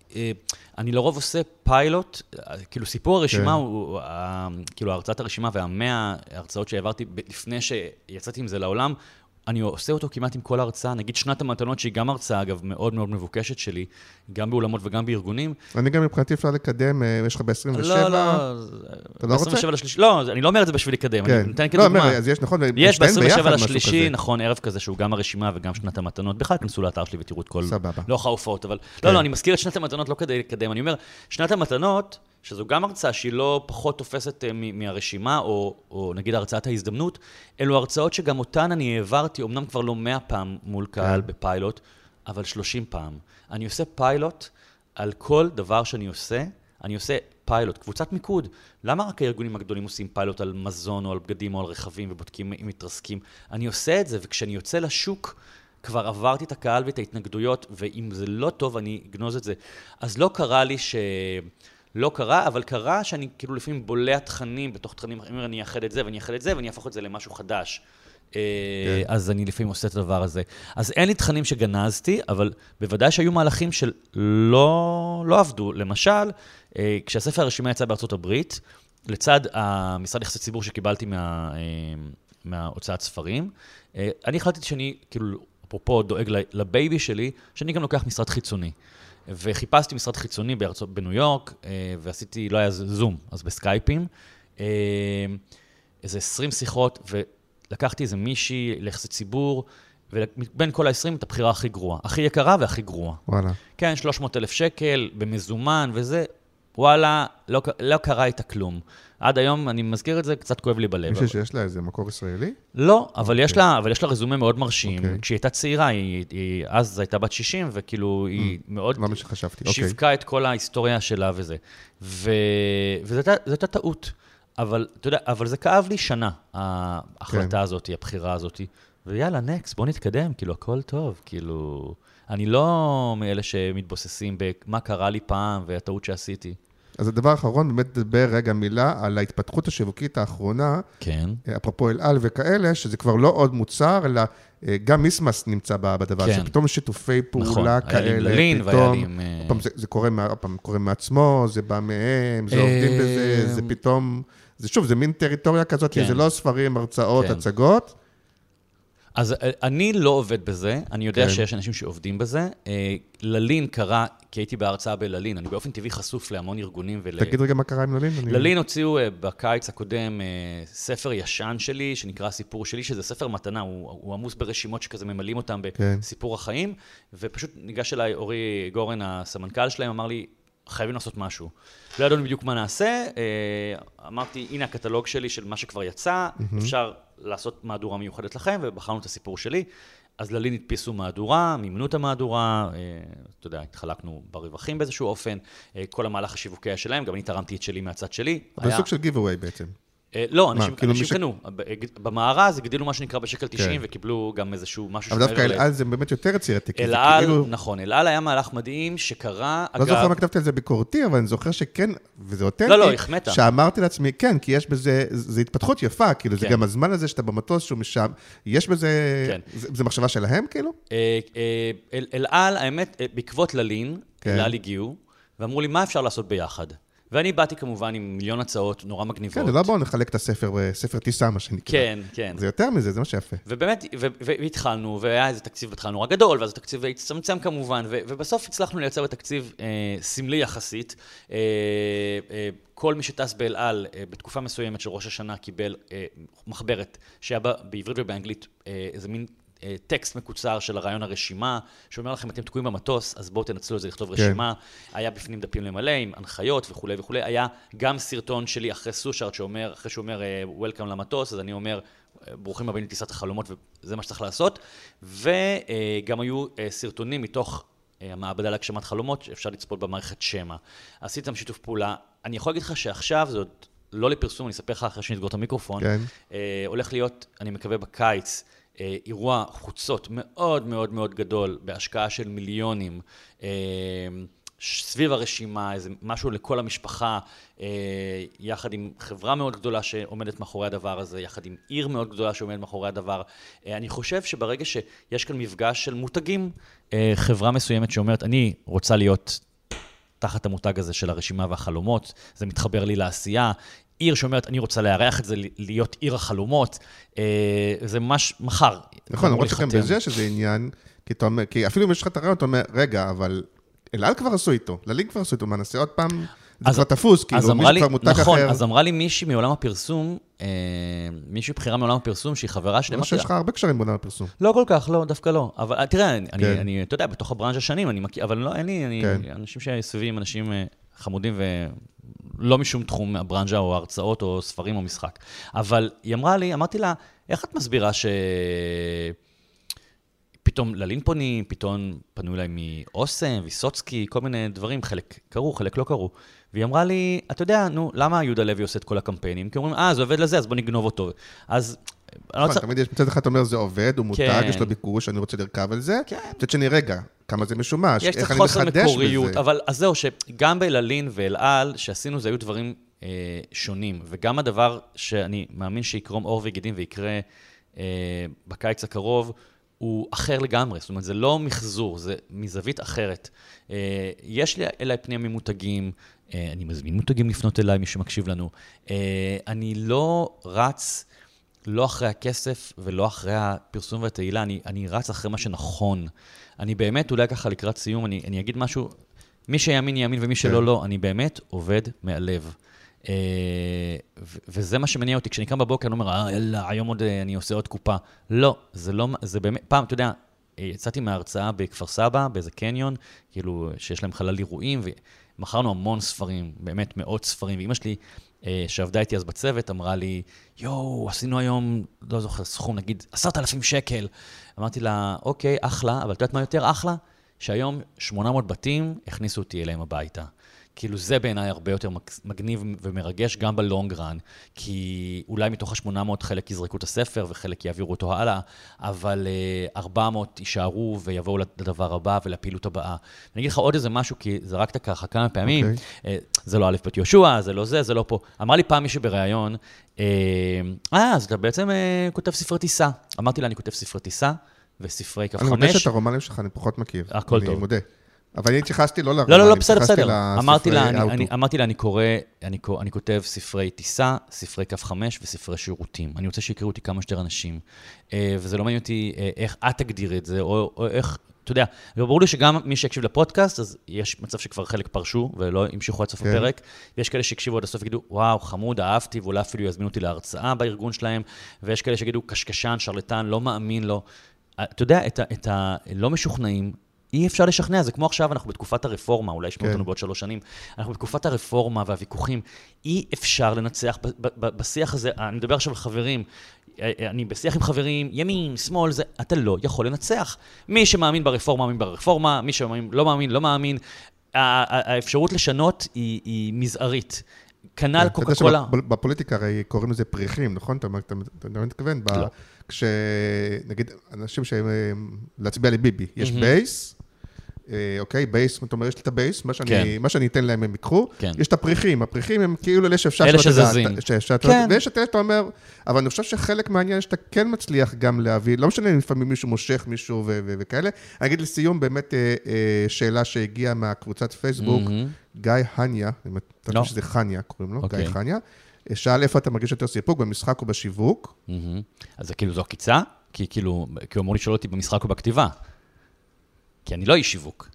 אני לרוב עושה פיילוט, כאילו סיפור הרשימה הוא, כאילו הרצאת הרשימה והמאה הרצאות שהעברתי לפני שיצאתי עם זה לעולם, אני עושה אותו כמעט עם כל הרצאה, נגיד שנת המתנות, שהיא גם הרצאה, אגב, מאוד מאוד מבוקשת שלי, גם באולמות וגם בארגונים. אני גם מבחינתי אפשר לקדם, יש לך ב-27. אתה לא רוצה? ב-27 לשלישי, לא, אני לא אומר את זה בשביל לקדם, אני נותן כדוגמה. אז יש, נכון, יש ב-27 לשלישי, נכון, ערב כזה, שהוא גם הרשימה וגם שנת המתנות, בכלל כנסו לאתר שלי ותראו את כל, לא חאופות, אבל לא, אני מזכיר את שנת המתנות לא כדי לקדם, אני אומר, שנת המתנות, שזו גם הרצאה שהיא לא פחות תופסת מהרשימה, או נגיד הרצאת ההזדמנות, אלו הרצאות שגם אותן אני העברתי, אמנם כבר לא 100 פעם מול קהל בפיילוט, אבל 30 פעם. אני עושה פיילוט על כל דבר שאני עושה, אני עושה פיילוט, קבוצת מיקוד. למה רק הארגונים הגדולים עושים פיילוט על מזון או על בגדים או על רכבים ובודקים אם מתרסקים? אני עושה את זה, וכשאני יוצא לשוק, כבר עברתי את הקהל ואת ההתנגדויות, ואם זה לא טוב, אני אגנוז את זה. אז לא קרה לי לא קרה, אבל קרה שאני כאילו לפעמים בולע תכנים, בתוך תכנים, אני אאחד את זה ואני אאחד את זה, ואני אהפוך את זה למשהו חדש. אז אני לפעמים עושה את הדבר הזה. אז אין לי תכנים שגנזתי, אבל בוודאי שהיו מהלכים שלא עבדו. למשל, כשהספר הרשימה יצא בארצות הברית, לצד המשרד יחסי ציבור שקיבלתי מההוצאת ספרים, אני החלטתי שאני, כאילו, אפרופו דואג לבייבי שלי, שאני גם לוקח משרד חיצוני. וחיפשתי משרד חיצוני בניו יורק, ועשיתי, לא היה זום, אז בסקייפים, איזה 20 שיחות, ולקחתי איזה מישהי ליחסי ציבור, ובין כל ה-20 את הבחירה הכי גרועה, הכי יקרה והכי גרועה. וואלה. כן, 300,000 שקל, במזומן וזה, וואלה, לא קרה איתה כלום. עד היום, אני מזכיר את זה, קצת כואב לי בלב. מישהו שיש לה איזה מקור ישראלי? לא, אבל יש לה רזומה מאוד מרשים. כשהיא הייתה צעירה, אז הייתה בת 60, וכאילו היא מאוד שיווקה את כל ההיסטוריה שלה וזה. וזו הייתה טעות. אבל אתה יודע, אבל זה כאב לי שנה, ההחלטה הזאת, הבחירה הזאת. ויאללה, נקסט, בוא נתקדם, כאילו, הכל טוב, כאילו... אני לא מאלה שמתבוססים במה קרה לי פעם והטעות שעשיתי. אז הדבר האחרון, באמת לדבר רגע מילה על ההתפתחות השיווקית האחרונה, כן. אפרופו אל על וכאלה, שזה כבר לא עוד מוצר, אלא גם מיסמס נמצא בדבר, כן. שפתאום שיתופי פעולה נכון. כאלה, היה לי ללין והיה לי עם... זה קורה מעצמו, זה בא מהם, זה עובדים בזה, זה פתאום, זה שוב, זה מין טריטוריה כזאת, כן. זה לא ספרים, הרצאות, כן. הצגות, אז אני לא עובד בזה, אני יודע שיש אנשים שעובדים בזה. ללין קרה, כי הייתי בהרצאה בללין, אני באופן טבעי חשוף להמון ארגונים. תגיד רגע מה קרה עם ללין. ללין הוציאו בקיץ הקודם ספר ישן שלי, שנקרא סיפור שלי, שזה ספר מתנה, הוא עמוס ברשימות שכזה ממלאים אותם בסיפור החיים, ופשוט ניגש אליי אורי גורן, הסמנכ"ל שלהם, אמר לי, חייבים לעשות משהו. לא ידענו בדיוק מה נעשה, אמרתי, הנה הקטלוג שלי של מה שכבר יצא, אפשר לעשות מהדורה מיוחדת לכם, ובחרנו את הסיפור שלי. אז ללין הדפיסו מהדורה, מימנו את המהדורה, אתה יודע, התחלקנו ברווחים באיזשהו אופן, כל המהלך השיווקי שלהם, גם אני תרמתי את שלי מהצד שלי. אבל סוג של giveaway בעצם. לא, אנשים קנו. במארז הגדילו מה שנקרא בשקל 90, וקיבלו גם איזשהו משהו אבל דווקא אל על זה באמת יותר יצירתי. אל על, נכון, אל על היה מהלך מדהים שקרה, לא זוכר מה כתבתי על זה ביקורתי, אבל אני זוכר שכן, וזה אותנטי, לא, החמאת. שאמרתי לעצמי, כן, כי יש בזה, זה התפתחות יפה, כאילו, זה גם הזמן הזה שאתה במטוס, שהוא משם, יש בזה, זה מחשבה שלהם, כאילו? אל על, האמת, בעקבות ללין, אל על הגיעו, ואמרו לי, מה אפשר לעשות ביחד? ואני באתי כמובן עם מיליון הצעות נורא מגניבות. כן, לא בואו נחלק את ספר טיסה, מה שנקרא. כן, כן. זה יותר מזה, זה מה שיפה. ובאמת, והתחלנו, והיה איזה תקציב בהתחלה נורא גדול, ואז התקציב הצטמצם כמובן, ובסוף הצלחנו לייצר בתקציב סמלי יחסית. כל מי שטס באל על בתקופה מסוימת של ראש השנה קיבל מחברת, שהיה בעברית ובאנגלית איזה מין טקסט מקוצר של הרעיון הרשימה, שאומר לכם, אתם תקועים במטוס, אז בואו תנצלו את זה לכתוב רשימה. היה בפנים דפים למלא, עם הנחיות וכו' וכו'. היה גם סרטון שלי אחרי סושארט, אחרי שהוא אומר, Welcome למטוס, אז אני אומר, ברוכים הבאים לטיסת החלומות, וזה מה שצריך לעשות. וגם היו סרטונים מתוך המעבדה להגשמת חלומות, שאפשר לצפות במערכת שמע. עשיתם שיתוף פעולה. אני יכול להגיד לך שעכשיו, זה עוד לא לפרסום, אני אספר לך אחרי שנסגור את המיקרופון. הולך להיות, אני מקווה בקיץ, אירוע חוצות מאוד מאוד מאוד גדול, בהשקעה של מיליונים, סביב הרשימה, איזה משהו לכל המשפחה, יחד עם חברה מאוד גדולה שעומדת מאחורי הדבר הזה, יחד עם עיר מאוד גדולה שעומדת מאחורי הדבר. אני חושב שברגע שיש כאן מפגש של מותגים, חברה מסוימת שאומרת, אני רוצה להיות תחת המותג הזה של הרשימה והחלומות, זה מתחבר לי לעשייה, עיר שאומרת, אני רוצה לארח את זה, להיות עיר החלומות, זה ממש מחר. נכון, למרות שכם בזה שזה עניין, כי אפילו אם יש לך את הרעיון, אתה אומר, רגע, אבל אלעל כבר עשו איתו, ללין כבר עשו איתו, מה נעשה עוד פעם? זה כבר תפוס, כאילו, מישהו כבר מותג אחר. נכון, אז אמרה לי מישהי מעולם הפרסום, מישהי בחירה מעולם הפרסום, שהיא חברה שלי. לא שיש לך הרבה קשרים בעולם הפרסום. לא כל כך, לא, דווקא לא. אבל תראה, אני, אתה יודע, בתוך הברנז'ה שנים, אני מכיר, אבל לא, אין לי, אנשים שסביבים, אנשים חמודים ולא משום תחום הברנז'ה או הרצאות או ספרים או משחק. אבל היא אמרה לי, אמרתי לה, איך את מסבירה פתאום ללין פונים, פתאום פנו אליי מאוסם, ויסוצקי, כל מיני דברים, חלק קרו, חלק לא קרו. והיא אמרה לי, אתה יודע, נו, למה יהודה לוי עושה את כל הקמפיינים? כי אומרים, זה עובד לזה, אז בוא נגנוב אותו. אז... תמיד יש מצד אחד, אתה אומר, זה עובד, הוא מותג, יש לו ביקוש, אני רוצה לרכב על זה. מצד שני, רגע, כמה זה משומש, איך אני מחדש בזה. אבל אז זהו, שגם בללין ואלעל, שעשינו, זה היו דברים שונים. וגם הדבר שאני מאמין שיקרום אור וגידים ויקרה בקיץ הקרוב, הוא אחר לגמרי, זאת אומרת, זה לא מחזור, זה מזווית אחרת. יש לי אליי פנייה ממותגים, אני מזמין מותגים לפנות אליי, מי שמקשיב לנו. אני לא רץ, לא אחרי הכסף ולא אחרי הפרסום והתהילה, אני רץ אחרי מה שנכון. אני באמת, אולי ככה לקראת סיום, אני אגיד משהו, מי שיאמין יאמין ומי שלא לא, אני באמת עובד מהלב. וזה מה שמניע אותי, כשאני קם בבוקר, אני אומר, היום עוד אני עושה עוד קופה. לא, זה באמת, פעם, אתה יודע, יצאתי מההרצאה בכפר סבא, באיזה קניון, כאילו, שיש להם חלל אירועים, ומכרנו המון ספרים, באמת מאות ספרים, ואמא שלי, שעבדה איתי אז בצוות, אמרה לי, עשינו היום, לא זוכר, סכום, נגיד, 10,000 שקל. אמרתי לה, אוקיי, אחלה, אבל אתה יודעת מה יותר אחלה? שהיום 800 בתים הכניסו אותי אליהם הביתה. כאילו זה בעיניי הרבה יותר מגניב ומרגש גם בלונג רן, כי אולי מתוך ה-800 חלק יזרקו את הספר וחלק יעבירו אותו הלאה, אבל 400 יישארו ויבואו לדבר הבא ולפעילות הבאה. אני אגיד לך עוד איזה משהו, כי זרקת ככה כמה פעמים, זה לא א' ב' יהושע, זה לא זה, זה לא פה. אמר לי פעם מישהו בראיון, אז אתה בעצם כותב ספרי טיסה. אמרתי לה, אני כותב ספרי טיסה וספרי כף 5. אני מודה שאת הרומנים שלך, אני פחות מכיר. הכל טוב. אני מודה. אבל אני התייחסתי לא לרומנים. לא, בסדר. אמרתי לה, אני כותב ספרי טיסה, ספרי כף 5 וספרי שירותים. אני רוצה שיקראו אותי כמה שיותר אנשים. וזה לא מעניין אותי איך את תגדיר את זה, או איך, אתה יודע, וברור לי שגם מי שיקשיב לפודקאסט, אז יש מצב שכבר חלק פרשו, ולא המשיכו עד סוף הפרק, ויש כאלה שיקשיבו עד הסוף ויגידו, וואו, חמוד, אהבתי, ואולי אפילו יזמינו אותי להרצאה בארגון שלהם, ויש כאלה שיגידו, קשקשן, שרלטן, לא מאמין לו. אתה יודע, את הלא משוכנעים, אי אפשר לשכנע, זה כמו עכשיו, אנחנו בתקופת הרפורמה, אולי ישמעו אותנו בעוד 3 שנים, אנחנו בתקופת הרפורמה והוויכוחים, אי אפשר לנצח בשיח הזה, אני מדבר עכשיו על חברים, אני בשיח עם חברים, ימין, שמאל, זה, אתה לא יכול לנצח. מי שמאמין ברפורמה, מאמין ברפורמה, מי שלא מאמין, לא מאמין. האפשרות לשנות היא מזערית. כנ"ל קוקה קולה. בפוליטיקה הרי קוראים לזה פריחים, נכון? אתה מתכוון? לא. כשנגיד אנשים שהם להצביע לביבי, יש בייס, אוקיי, בייס, זאת אומרת, יש לי את הבייס, מה שאני אתן להם הם יקחו, יש את הפריחים, הפריחים הם כאילו אלה שאפשר... אלה שזזים. ויש את אלה שאתה אומר, אבל אני חושב שחלק מהעניין שאתה כן מצליח גם להביא, לא משנה לפעמים מישהו מושך מישהו וכאלה, אני אגיד לסיום באמת שאלה שהגיעה מהקבוצת פייסבוק, גיא הניה, אתה חושב שזה חניה קוראים לו, גיא חניה, שאל איפה אתה מרגיש יותר סיפוק, במשחק או בשיווק? אז זה כאילו זו עקיצה? כי הוא אמור לשאול אותי במשחק או בכתיבה. כי אני לא איש שיווק.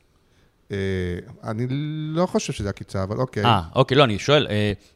אני לא חושב שזה עקיצה, אבל אוקיי. אוקיי, לא, אני שואל,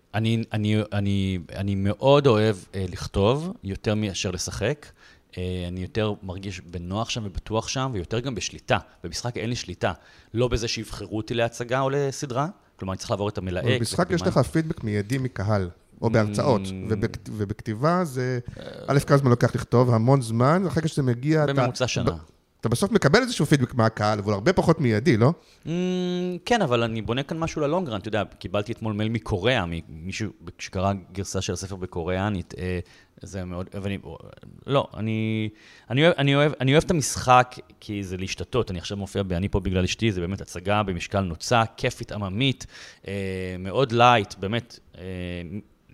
אני מאוד אוהב לכתוב, יותר מאשר לשחק. אני יותר מרגיש בנוח שם ובטוח שם, ויותר גם בשליטה. במשחק אין לי שליטה. לא בזה שיבחרו אותי להצגה או לסדרה, כלומר, אני צריך לעבור את המלהק. במשחק יש לך פידבק מיידי מקהל, או בהרצאות, ובכתיבה זה, א' כמה זמן לוקח לכתוב, המון זמן, אחרי שזה מגיע... בממוצע שנה. אתה בסוף מקבל איזשהו פידבק מהקהל, אבל הרבה פחות מיידי, לא? כן, אבל אני בונה כאן משהו ללונגרן, אתה יודע, קיבלתי אתמול מייל מקוריאה, מישהו שקרא גרסה של הספר בקוריאנית, זה מאוד, לא, אני אוהב את המשחק, כי זה להשתתות, אני עכשיו מופיע אני פה בגלל אשתי, זה באמת הצגה במשקל נוצה, כיפית, עממית, מאוד לייט, באמת,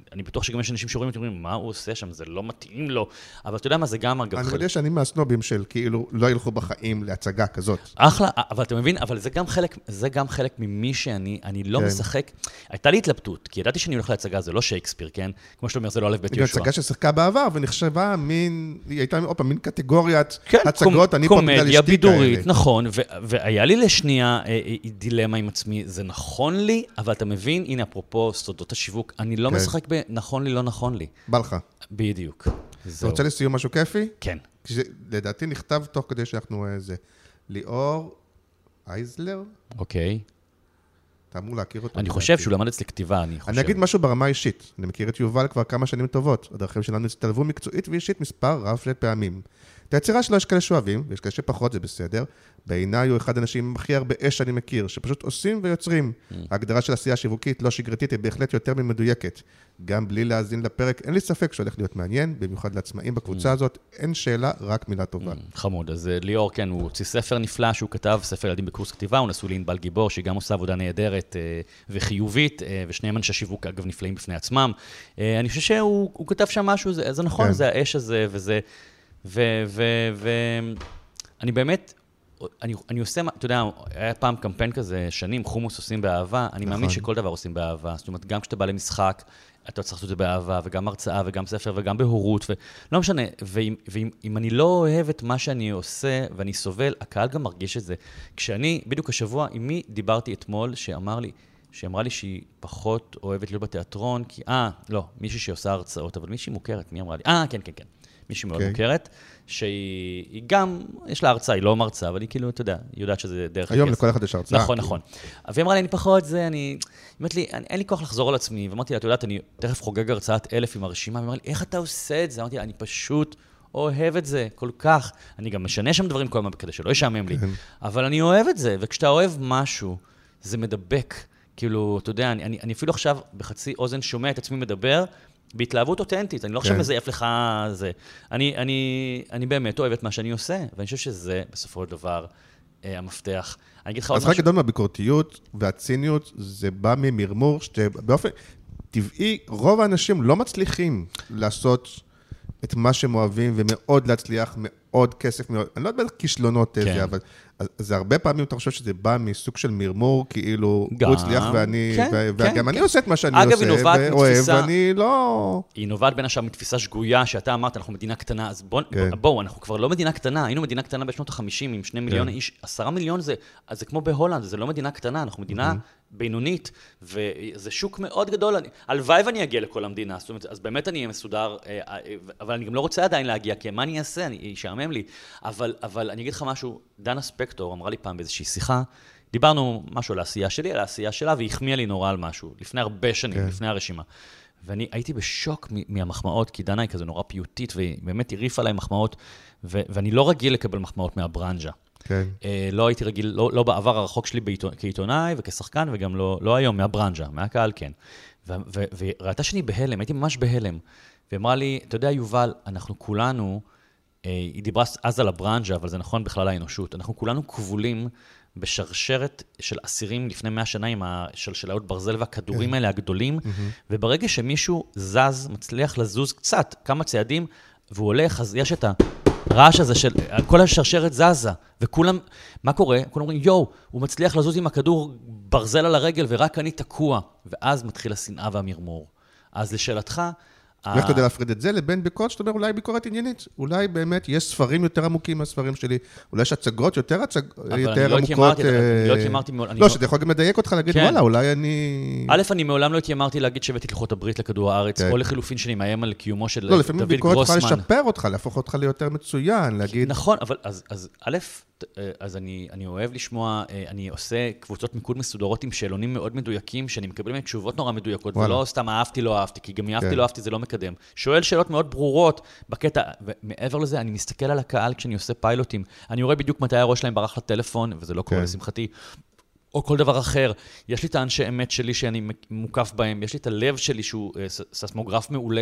אני בטוח שגם יש אנשים שרואים ואומרים, מה הוא עושה שם, זה לא מתאים לו, אבל אתה יודע מה, זה גם אגב אני יודע שאני מהסנובים של כאילו לא ילכו בחיים להצגה כזאת. אחלה, אבל אתה מבין, אבל זה גם חלק ממי שאני לא משחק. הייתה לי התלבטות, כי ידעתי שאני הולך להצגה, זה לא שייקספיר, כן? כמו שאתה אומר, זה לא הלב בית יהושע. הצגה ששיחקה בעבר ונחשבה היא הייתה עוד פעם מין קטגוריית הצגות, אני פה בגלל קומדיה בידורית, נכון, והיה לי לשנייה דילמה עם עצמי, זה נכון לי, אבל אתה מבין, הנה אפרופו סודות השיווק, אני לא משחק בנכון לי, לא נכון לי. בא לך. בדיוק. אתה רוצה לסיום משהו כיפי? כן. לדעתי נכתב תוך כדי שאנחנו ליאור אייזלר. אוקיי. אתה אמור להכיר אותו. אני חושב שהוא למד אצלי כתיבה, אני חושב. אני אגיד משהו ברמה אישית. אני מכיר את יובל כבר כמה שנים טובות. הדרכים שלנו הצטלבו מקצועית ואישית מספר רב של פעמים. את היצירה שלו יש כאלה שאוהבים, ויש כאלה שפחות, זה בסדר. בעיניי הוא אחד האנשים הכי הרבה אש שאני מכיר, שפשוט עושים ויוצרים. ההגדרה של עשייה שיווקית לא שגרתית היא בהחלט יותר ממדויקת. גם בלי להאזין לפרק, אין לי ספק שהולך להיות מעניין, במיוחד לעצמאים בקבוצה הזאת, אין שאלה, רק מילה טובה. חמוד, אז ליאור, כן, הוא הוציא ספר נפלא שהוא כתב, ספר ילדים בקורס כתיבה, הוא נשוי לענבל גיבור, שהיא גם עושה עבודה נהדרת וחיובית, ושניהם אנשי שיווק, אגב, נפלאים בפני עצמם. אני חושב שהוא כתב שם משהו, זה נכון, זה האש הזה, וזה, ואני באמת, אני עושה, אתה יודע, היה פעם קמפיין כזה, שנים, חומוס עושים באהבה, אני מאמין שכל דבר עושים באהבה, זאת אומרת, גם כשאתה בא למשחק, אתה צריך לעשות את זה באהבה, וגם הרצאה, וגם ספר, וגם בהורות, ולא משנה, ואם אני לא אוהב את מה שאני עושה, ואני סובל, הקהל גם מרגיש את זה. כשאני, בדיוק השבוע, עם מי דיברתי אתמול, שאמרה לי שהיא פחות אוהבת להיות בתיאטרון, כי, לא, מישהי שעושה הרצאות, אבל מישהי מוכרת, מי אמרה לי? כן. מישהי מאוד מוכרת, שהיא גם, יש לה הרצאה, היא לא מרצה, אבל היא כאילו, אתה יודע, היא יודעת שזה דרך היום לכל אחד יש הרצאה. נכון. והיא אמרה לי, אני פחות זה, היא אומרת לי, אין לי כוח לחזור על עצמי, ואמרתי לה, אתה יודעת, אני תכף חוגג הרצאת 1000 עם הרשימה, והיא אמרה לי, איך אתה עושה את זה? אמרתי לה, אני פשוט אוהב את זה, כל כך. אני גם משנה שם דברים כל הזמן, כדי שלא ישעמם לי, אבל אני אוהב את זה, וכשאתה אוהב משהו, זה מדבק. כאילו, אתה יודע, אני אפילו עכשיו בחצי אוזן שומע את עצמי מדבר, בהתלהבות אותנטית, אני לא חושב מזייף לך זה. אני באמת אוהב את מה שאני עושה, ואני חושב שזה בסופו של דבר המפתח. אני אגיד לך עוד משהו. אז רק גדול מהביקורתיות והציניות, זה בא ממרמור, שבאופן טבעי, רוב האנשים לא מצליחים לעשות את מה שהם אוהבים, ומאוד להצליח, מאוד כסף, מאוד, אני לא יודע כישלונות איזה, אבל זה הרבה פעמים אתה חושב שזה בא מסוג של מרמור, כאילו הוא הצליח וגם אני עושה את מה שאני עושה, ואוהב, ואני לא... היא נובעת בין השאר מתפיסה שגויה, שאתה אמרת, אנחנו מדינה קטנה, אז בואו, אנחנו כבר לא מדינה קטנה, היינו מדינה קטנה בשנות ה-50 עם 2 מיליון איש, 10 מיליון זה כמו בהולנד, זה לא מדינה קטנה, אנחנו מדינה בינונית, וזה שוק מאוד גדול, הלוואי ואני אגיע לכל המדינה, אז באמת אני אהיה מסודר, אבל אני גם לא רוצה עדיין להגיע, כי מה אני אעשה? אני אשעמם לי, אבל אני אגיד לך משהו, דנה ספקטור אמרה לי פעם באיזושהי שיחה, דיברנו משהו על העשייה שלי, על העשייה שלה, והיא החמיאה לי נורא על משהו, לפני הרבה שנים, לפני הרשימה. ואני הייתי בשוק מהמחמאות, כי דנה היא כזה נורא פיוטית, והיא באמת הריפה עליי מחמאות, ואני לא רגיל לקבל מחמאות מהברנז'ה. לא הייתי רגיל, לא בעבר הרחוק שלי כעיתונאי וכשחקן, וגם לא היום, מהברנז'ה, מהקהל כן. וראתה שאני בהלם, הייתי ממש בהלם. ואמרה לי, אתה יודע יובל, אנחנו כולנו, היא דיברה אז על הברנז'ה, אבל זה נכון בכלל האנושות, אנחנו כולנו כבולים בשרשרת של אסירים לפני 100 שנה עם השלשלאות ברזל והכדורים האלה הגדולים, וברגע שמישהו זז, מצליח לזוז קצת, כמה צעדים, והוא הולך, אז יש את הרעש הזה של כל השרשרת זזה, וכולם, מה קורה? כולם אומרים, הוא מצליח לזוז עם הכדור ברזל על הרגל, ורק אני תקוע, ואז מתחיל השנאה והמרמור. אז לשאלתך, ואיך אתה יודע להפריד את זה לבין ביקורת, שאתה אומר, אולי ביקורת עניינית, אולי באמת יש ספרים יותר עמוקים מהספרים שלי, אולי יש הצגות יותר עמוקות. לא התיימרתי, לא, שאתה יכול גם לדייק אותך להגיד, וואלה, אולי אני... אני מעולם לא התיימרתי להגיד שהבאתי את לוחות הברית לכדור הארץ, או לחילופין שאני מאיים על קיומו של דוד גרוסמן. לא, לפעמים ביקורת צריכה לשפר אותך, להפוך אותך ליותר מצוין, להגיד... נכון, אבל אז אני אוהב לשמוע, אני עושה קבוצות מיקוד מסודרות עם שאלונים מאוד מדויקים, שאני מקבל מהם תשובות נורא מדויקות, ולא סתם אהבתי, לא אהבתי, כי גם אהבתי, לא אהבתי, זה לא מקדם. שואל שאלות מאוד ברורות בקטע, ומעבר לזה, אני מסתכל על הקהל כשאני עושה פיילוטים, אני רואה בדיוק מתי הראש שלהם ברח לטלפון, וזה לא קורה לשמחתי, או כל דבר אחר. יש לי את האנשי אמת שלי שאני מוקף בהם, יש לי את הלב שלי שהוא ססמוגרף מעולה,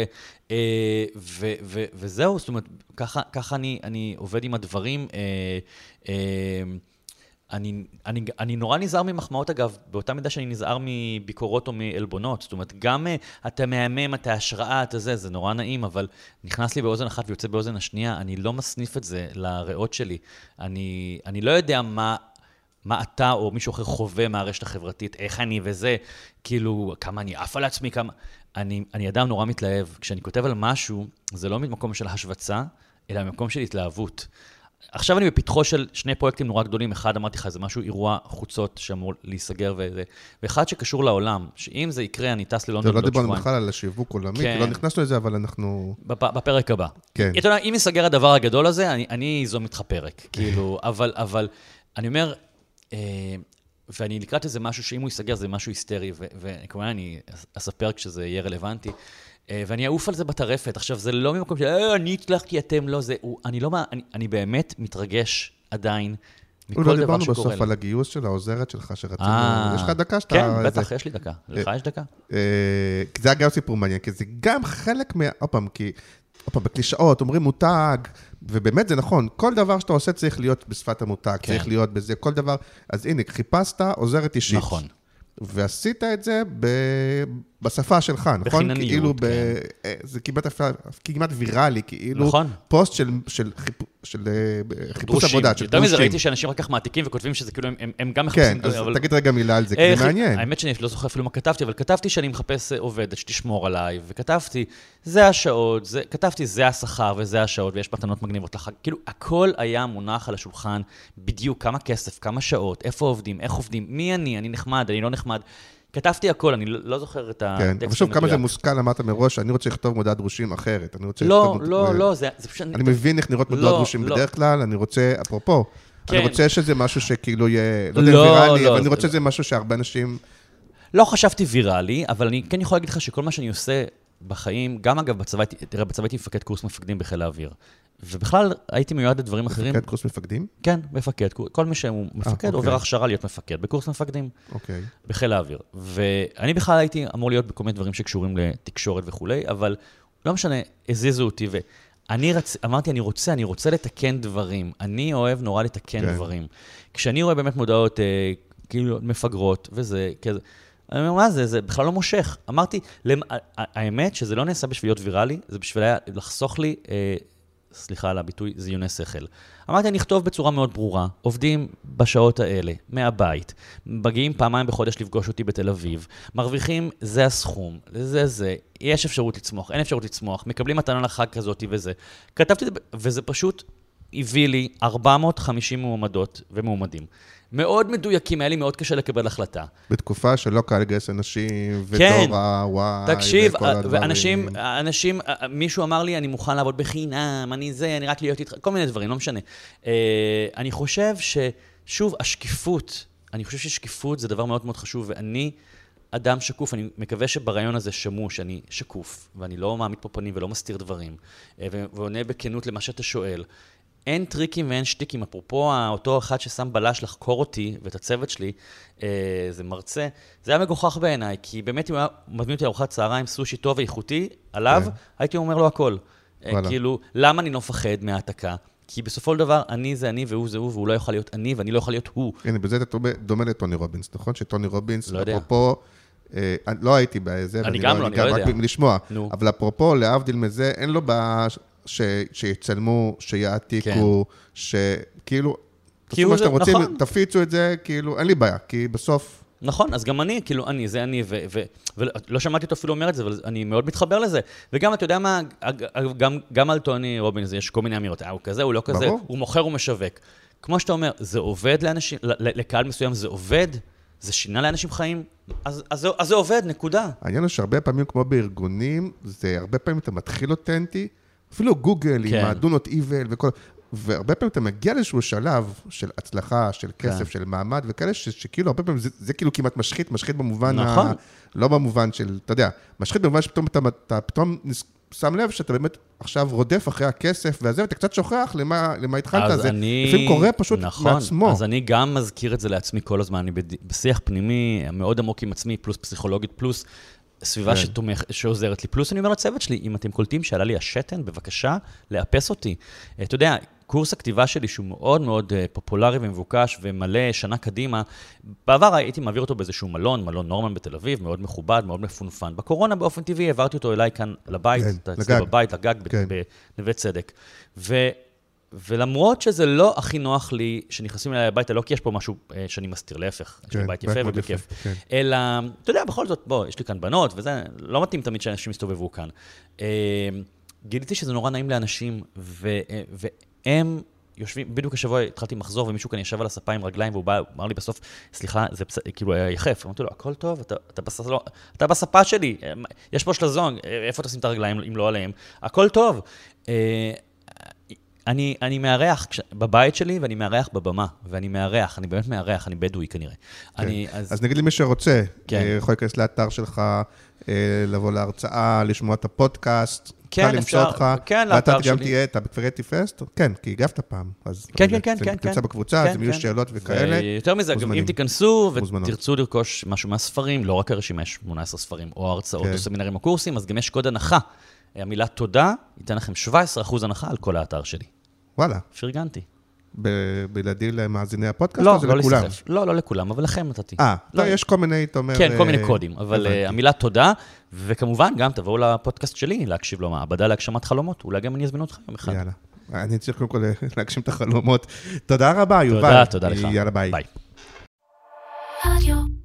וזהו, זאת אומרת, ככה אני עובד עם הדברים. אני נורא נזהר ממחמאות, אגב, באותה מידה שאני נזהר מביקורות או מעלבונות. זאת אומרת, גם אתה מהמם, אתה השראה, אתה זה נורא נעים, אבל נכנס לי באוזן אחת ויוצא באוזן השנייה, אני לא מסניף את זה לריאות שלי. אני לא יודע מה אתה או מישהו אחר חווה מהרשת החברתית, איך אני וזה, כאילו, כמה אני עף על עצמי, כמה... אני אדם נורא מתלהב. כשאני כותב על משהו, זה לא ממקום של השבצה, אלא ממקום של התלהבות. עכשיו אני בפתחו של שני פרויקטים נורא גדולים. אחד, אמרתי לך, זה משהו, אירוע חוצות שאמור להיסגר וזה. ואחד שקשור לעולם, שאם זה יקרה, אני טס ללונדון לא דיברנו בכלל על השיווק עולמי, כי לא נכנסנו לזה, אבל אנחנו... בפרק הבא. כן. אתה יודע, אם ייסגר הדבר הגדול הזה, אני זו מתחפרק. כאילו, אבל אני אומר, ואני לקראת איזה משהו שאם הוא ייסגר, זה משהו היסטרי, וכמובן אני אספר כשזה יהיה רלוונטי. ואני אעוף על זה בטרפת. עכשיו, זה לא ממקום של, אני הצלחתי, אתם לא, זה, אני באמת מתרגש עדיין מכל דבר שקורה. דיברנו בסוף על הגיוס של העוזרת שלך, שרצינו, יש לך דקה שאתה... כן, בטח, יש לי דקה. לך יש דקה? כי זה היה גם סיפור מעניין, כי זה גם חלק בקלישאות, אומרים מותג, ובאמת זה נכון, כל דבר שאתה עושה צריך להיות בשפת המותג, צריך להיות בזה, כל דבר, אז הנה, חיפשת עוזרת אישית. נכון. ועשית את זה בשפה שלך, נכון? בחינניות, כאילו כן. זה כמעט ויראלי, כאילו נכון. פוסט של חיפוש עבודה, של יותר מזה דרושים. ראיתי שאנשים רק כך מעתיקים וכותבים שזה כאילו, הם גם מחפשים... כן, אז תגיד רגע מילה על זה, כי זה מעניין. האמת שאני לא זוכר אפילו מה כתבתי, אבל כתבתי שאני מחפש עובדת שתשמור עליי, וכתבתי, זה השעות, כתבתי, זה השכר וזה השעות, ויש מתנות מגניבות לחג. כאילו, הכל היה מונח על השולחן, בדיוק כמה כסף, כמה שעות, איפה עובדים, איך עובדים, מי אני נחמד, אני לא נחמד. כתבתי הכל, אני לא זוכר את הטקסט המדויק. אבל שוב, כמה זה מושכל, אמרת מראש, אני רוצה לכתוב מודעת דרושים אחרת. לא, זה פשוט... אני מבין איך נראות מודעות דרושים בדרך כלל, אני רוצה, אפרופו, אני רוצה שזה משהו שכאילו יהיה, לא יודע, ויראלי, אבל אני רוצה שזה משהו שהרבה אנשים... לא חשבתי ויראלי, אבל אני כן יכול להגיד לך שכל מה שאני עושה בחיים, גם אגב בצבא הייתי מפקד קורס מפקדים בחיל האוויר. ובכלל הייתי מיועד לדברים אחרים. מפקד קורס מפקדים? כן, מפקד. כל מי שהוא מפקד עובר הכשרה להיות מפקד בקורס מפקדים. אוקיי. בחיל האוויר. ואני בכלל הייתי אמור להיות בכל מיני דברים שקשורים לתקשורת וכולי, אבל לא משנה, הזיזו אותי אמרתי, אני רוצה לתקן דברים. אני אוהב נורא לתקן דברים. כשאני רואה באמת מודעות כאילו מפגרות וזה כזה, אני אומר, מה זה? זה בכלל לא מושך. אמרתי, האמת שזה לא נעשה בשביל להיות ויראלי, זה בשביל לחסוך לי, סליחה על הביטוי, זיוני שכל. אמרתי, אני אכתוב בצורה מאוד ברורה, עובדים בשעות האלה, מהבית, מגיעים פעמיים בחודש לפגוש אותי בתל אביב, מרוויחים, זה הסכום, זה, יש אפשרות לצמוח, אין אפשרות לצמוח, מקבלים מתנה לחג כזאת וזה. כתבתי, וזה פשוט הביא לי 450 מועמדות ומועמדים. מאוד מדויקים, היה לי מאוד קשה לקבל החלטה. בתקופה שלא קל לגייס אנשים, ודור הוואי, תקשיב, ואנשים, מישהו אמר לי, אני מוכן לעבוד בחינם, אני רק להיות איתך, כל מיני דברים, לא משנה. אני חושב ששוב, אני חושב ששקיפות זה דבר מאוד מאוד חשוב, ואני אדם שקוף, אני מקווה שברעיון הזה שמעו שאני שקוף, ואני לא מעמיד פה פנים ולא מסתיר דברים, ועונה בכנות למה שאתה שואל. אין טריקים ואין שטיקים, אפרופו אותו אחד ששם בלש לחקור אותי ואת הצוות שלי, זה מרצה, זה היה מגוחך בעיניי, כי באמת אם הוא היה מזמין אותי לארוחת צהריים, סושי טוב ואיכותי, עליו, הייתי אומר לו הכל. כאילו, למה אני לא מפחד מהעתקה? כי בסופו של דבר, אני זה אני והוא זה הוא, והוא לא יכול להיות אני ואני לא יכול להיות הוא. הנה, בזה אתה דומה לטוני רובינס, נכון? שטוני רובינס, אפרופו, לא הייתי בזה, אני גם לא יודע. רק לשמוע, אבל אפרופו, להבדיל מזה, אין לו שיצלמו, שיעתיקו, שכאילו, תעשו מה שאתם רוצים, תפיצו את זה, כאילו, אין לי בעיה, כי בסוף... נכון, אז גם אני, כאילו, זה אני, ולא שמעתי אותו אפילו אומר את זה, אבל אני מאוד מתחבר לזה. וגם, אתה יודע מה, גם על טוני רובינס, יש כל מיני אמירות, הוא כזה, הוא לא כזה, הוא מוכר, הוא משווק. כמו שאתה אומר, זה עובד לאנשים, לקהל מסוים זה עובד, זה שינה לאנשים חיים, אז זה עובד, נקודה. העניין הוא שהרבה פעמים, כמו בארגונים, זה הרבה פעמים אתה מתחיל אותנטי, אפילו גוגל עם ה-do not evil וכל... והרבה פעמים אתה מגיע לאיזשהו שלב של הצלחה, של כסף, של מעמד וכאלה, שכאילו הרבה פעמים זה כאילו כמעט משחית במובן לא במובן של, אתה יודע, משחית במובן שפתאום אתה פתאום שם לב שאתה באמת עכשיו רודף אחרי הכסף והזה, ואתה קצת שוכח למה התחלת, זה לפעמים קורה פשוט מעצמו. אז אני גם מזכיר את זה לעצמי כל הזמן, אני בשיח פנימי מאוד עמוק עם עצמי, פלוס פסיכולוגית, פלוס סביבה שעוזרת לי. פלוס אני אומר לצוות שלי, אם אתם קולטים שעלה לי השתן, בבקשה, לאפס אותי. אתה יודע, קורס הכתיבה שלי, שהוא מאוד מאוד פופולרי ומבוקש, ומלא שנה קדימה, בעבר הייתי מעביר אותו באיזשהו מלון נורמן בתל אביב, מאוד מכובד, מאוד מפונפן. בקורונה באופן טבעי העברתי אותו אליי כאן לבית, בבית, לגג, בנווה צדק. ולמרות שזה לא הכי נוח לי שנכנסים אליי הביתה, לא כי יש פה משהו שאני מסתיר, להפך, יש לי בית יפה ובכיף. אלא, אתה יודע, בכל זאת, בוא, יש לי כאן בנות, וזה לא מתאים תמיד שאנשים מסתובבו כאן. גיליתי שזה נורא נעים לאנשים, והם יושבים, בדיוק השבוע התחלתי מחזור, ומישהו כאן ישב על הספה עם רגליים, והוא בא, אמר לי בסוף, סליחה, זה כאילו היה יחף. אמרתי לו, הכל טוב, אתה בספה שלי, יש פה שלזון, איפה תשים את הרגליים אם לא עליהם? הכל טוב. אני מארח בבית שלי, ואני מארח בבמה, ואני מארח, אני באמת מארח, אני בדואי כנראה. אז נגיד למי שרוצה, יכול להיכנס לאתר שלך, לבוא להרצאה, לשמוע את הפודקאסט, כן, למצוא אותך, כן, לאתר ואתה גם תהיה, אתה בקריאייטיב פסט? כן, כי הגבת פעם. כן. תמצא בקבוצה, אז אם יהיו שאלות וכאלה. יותר מזה, אם תיכנסו ותרצו לרכוש משהו מהספרים, לא רק הרשימה, יש 18 ספרים, או הרצאות, או סמינרים או קורסים, אז גם יש קוד הנחה. המילה תודה, ייתן לכם 17% הנחה על כל האתר שלי. וואלה. פרגנתי. בלעדי למאזיני הפודקאסט, או זה לכולם? לא לכולם, אבל לכם נתתי. לא, יש כל מיני, אתה אומר... כן, כל מיני קודים, אבל המילה תודה, וכמובן גם תבואו לפודקאסט שלי, להקשיב לו מעבדה להגשמת חלומות, אולי גם אני אזמין אותך יום אחד. יאללה. אני צריך קודם כל להגשים את החלומות. תודה רבה, יובל. תודה לך. יאללה, ביי. ביי.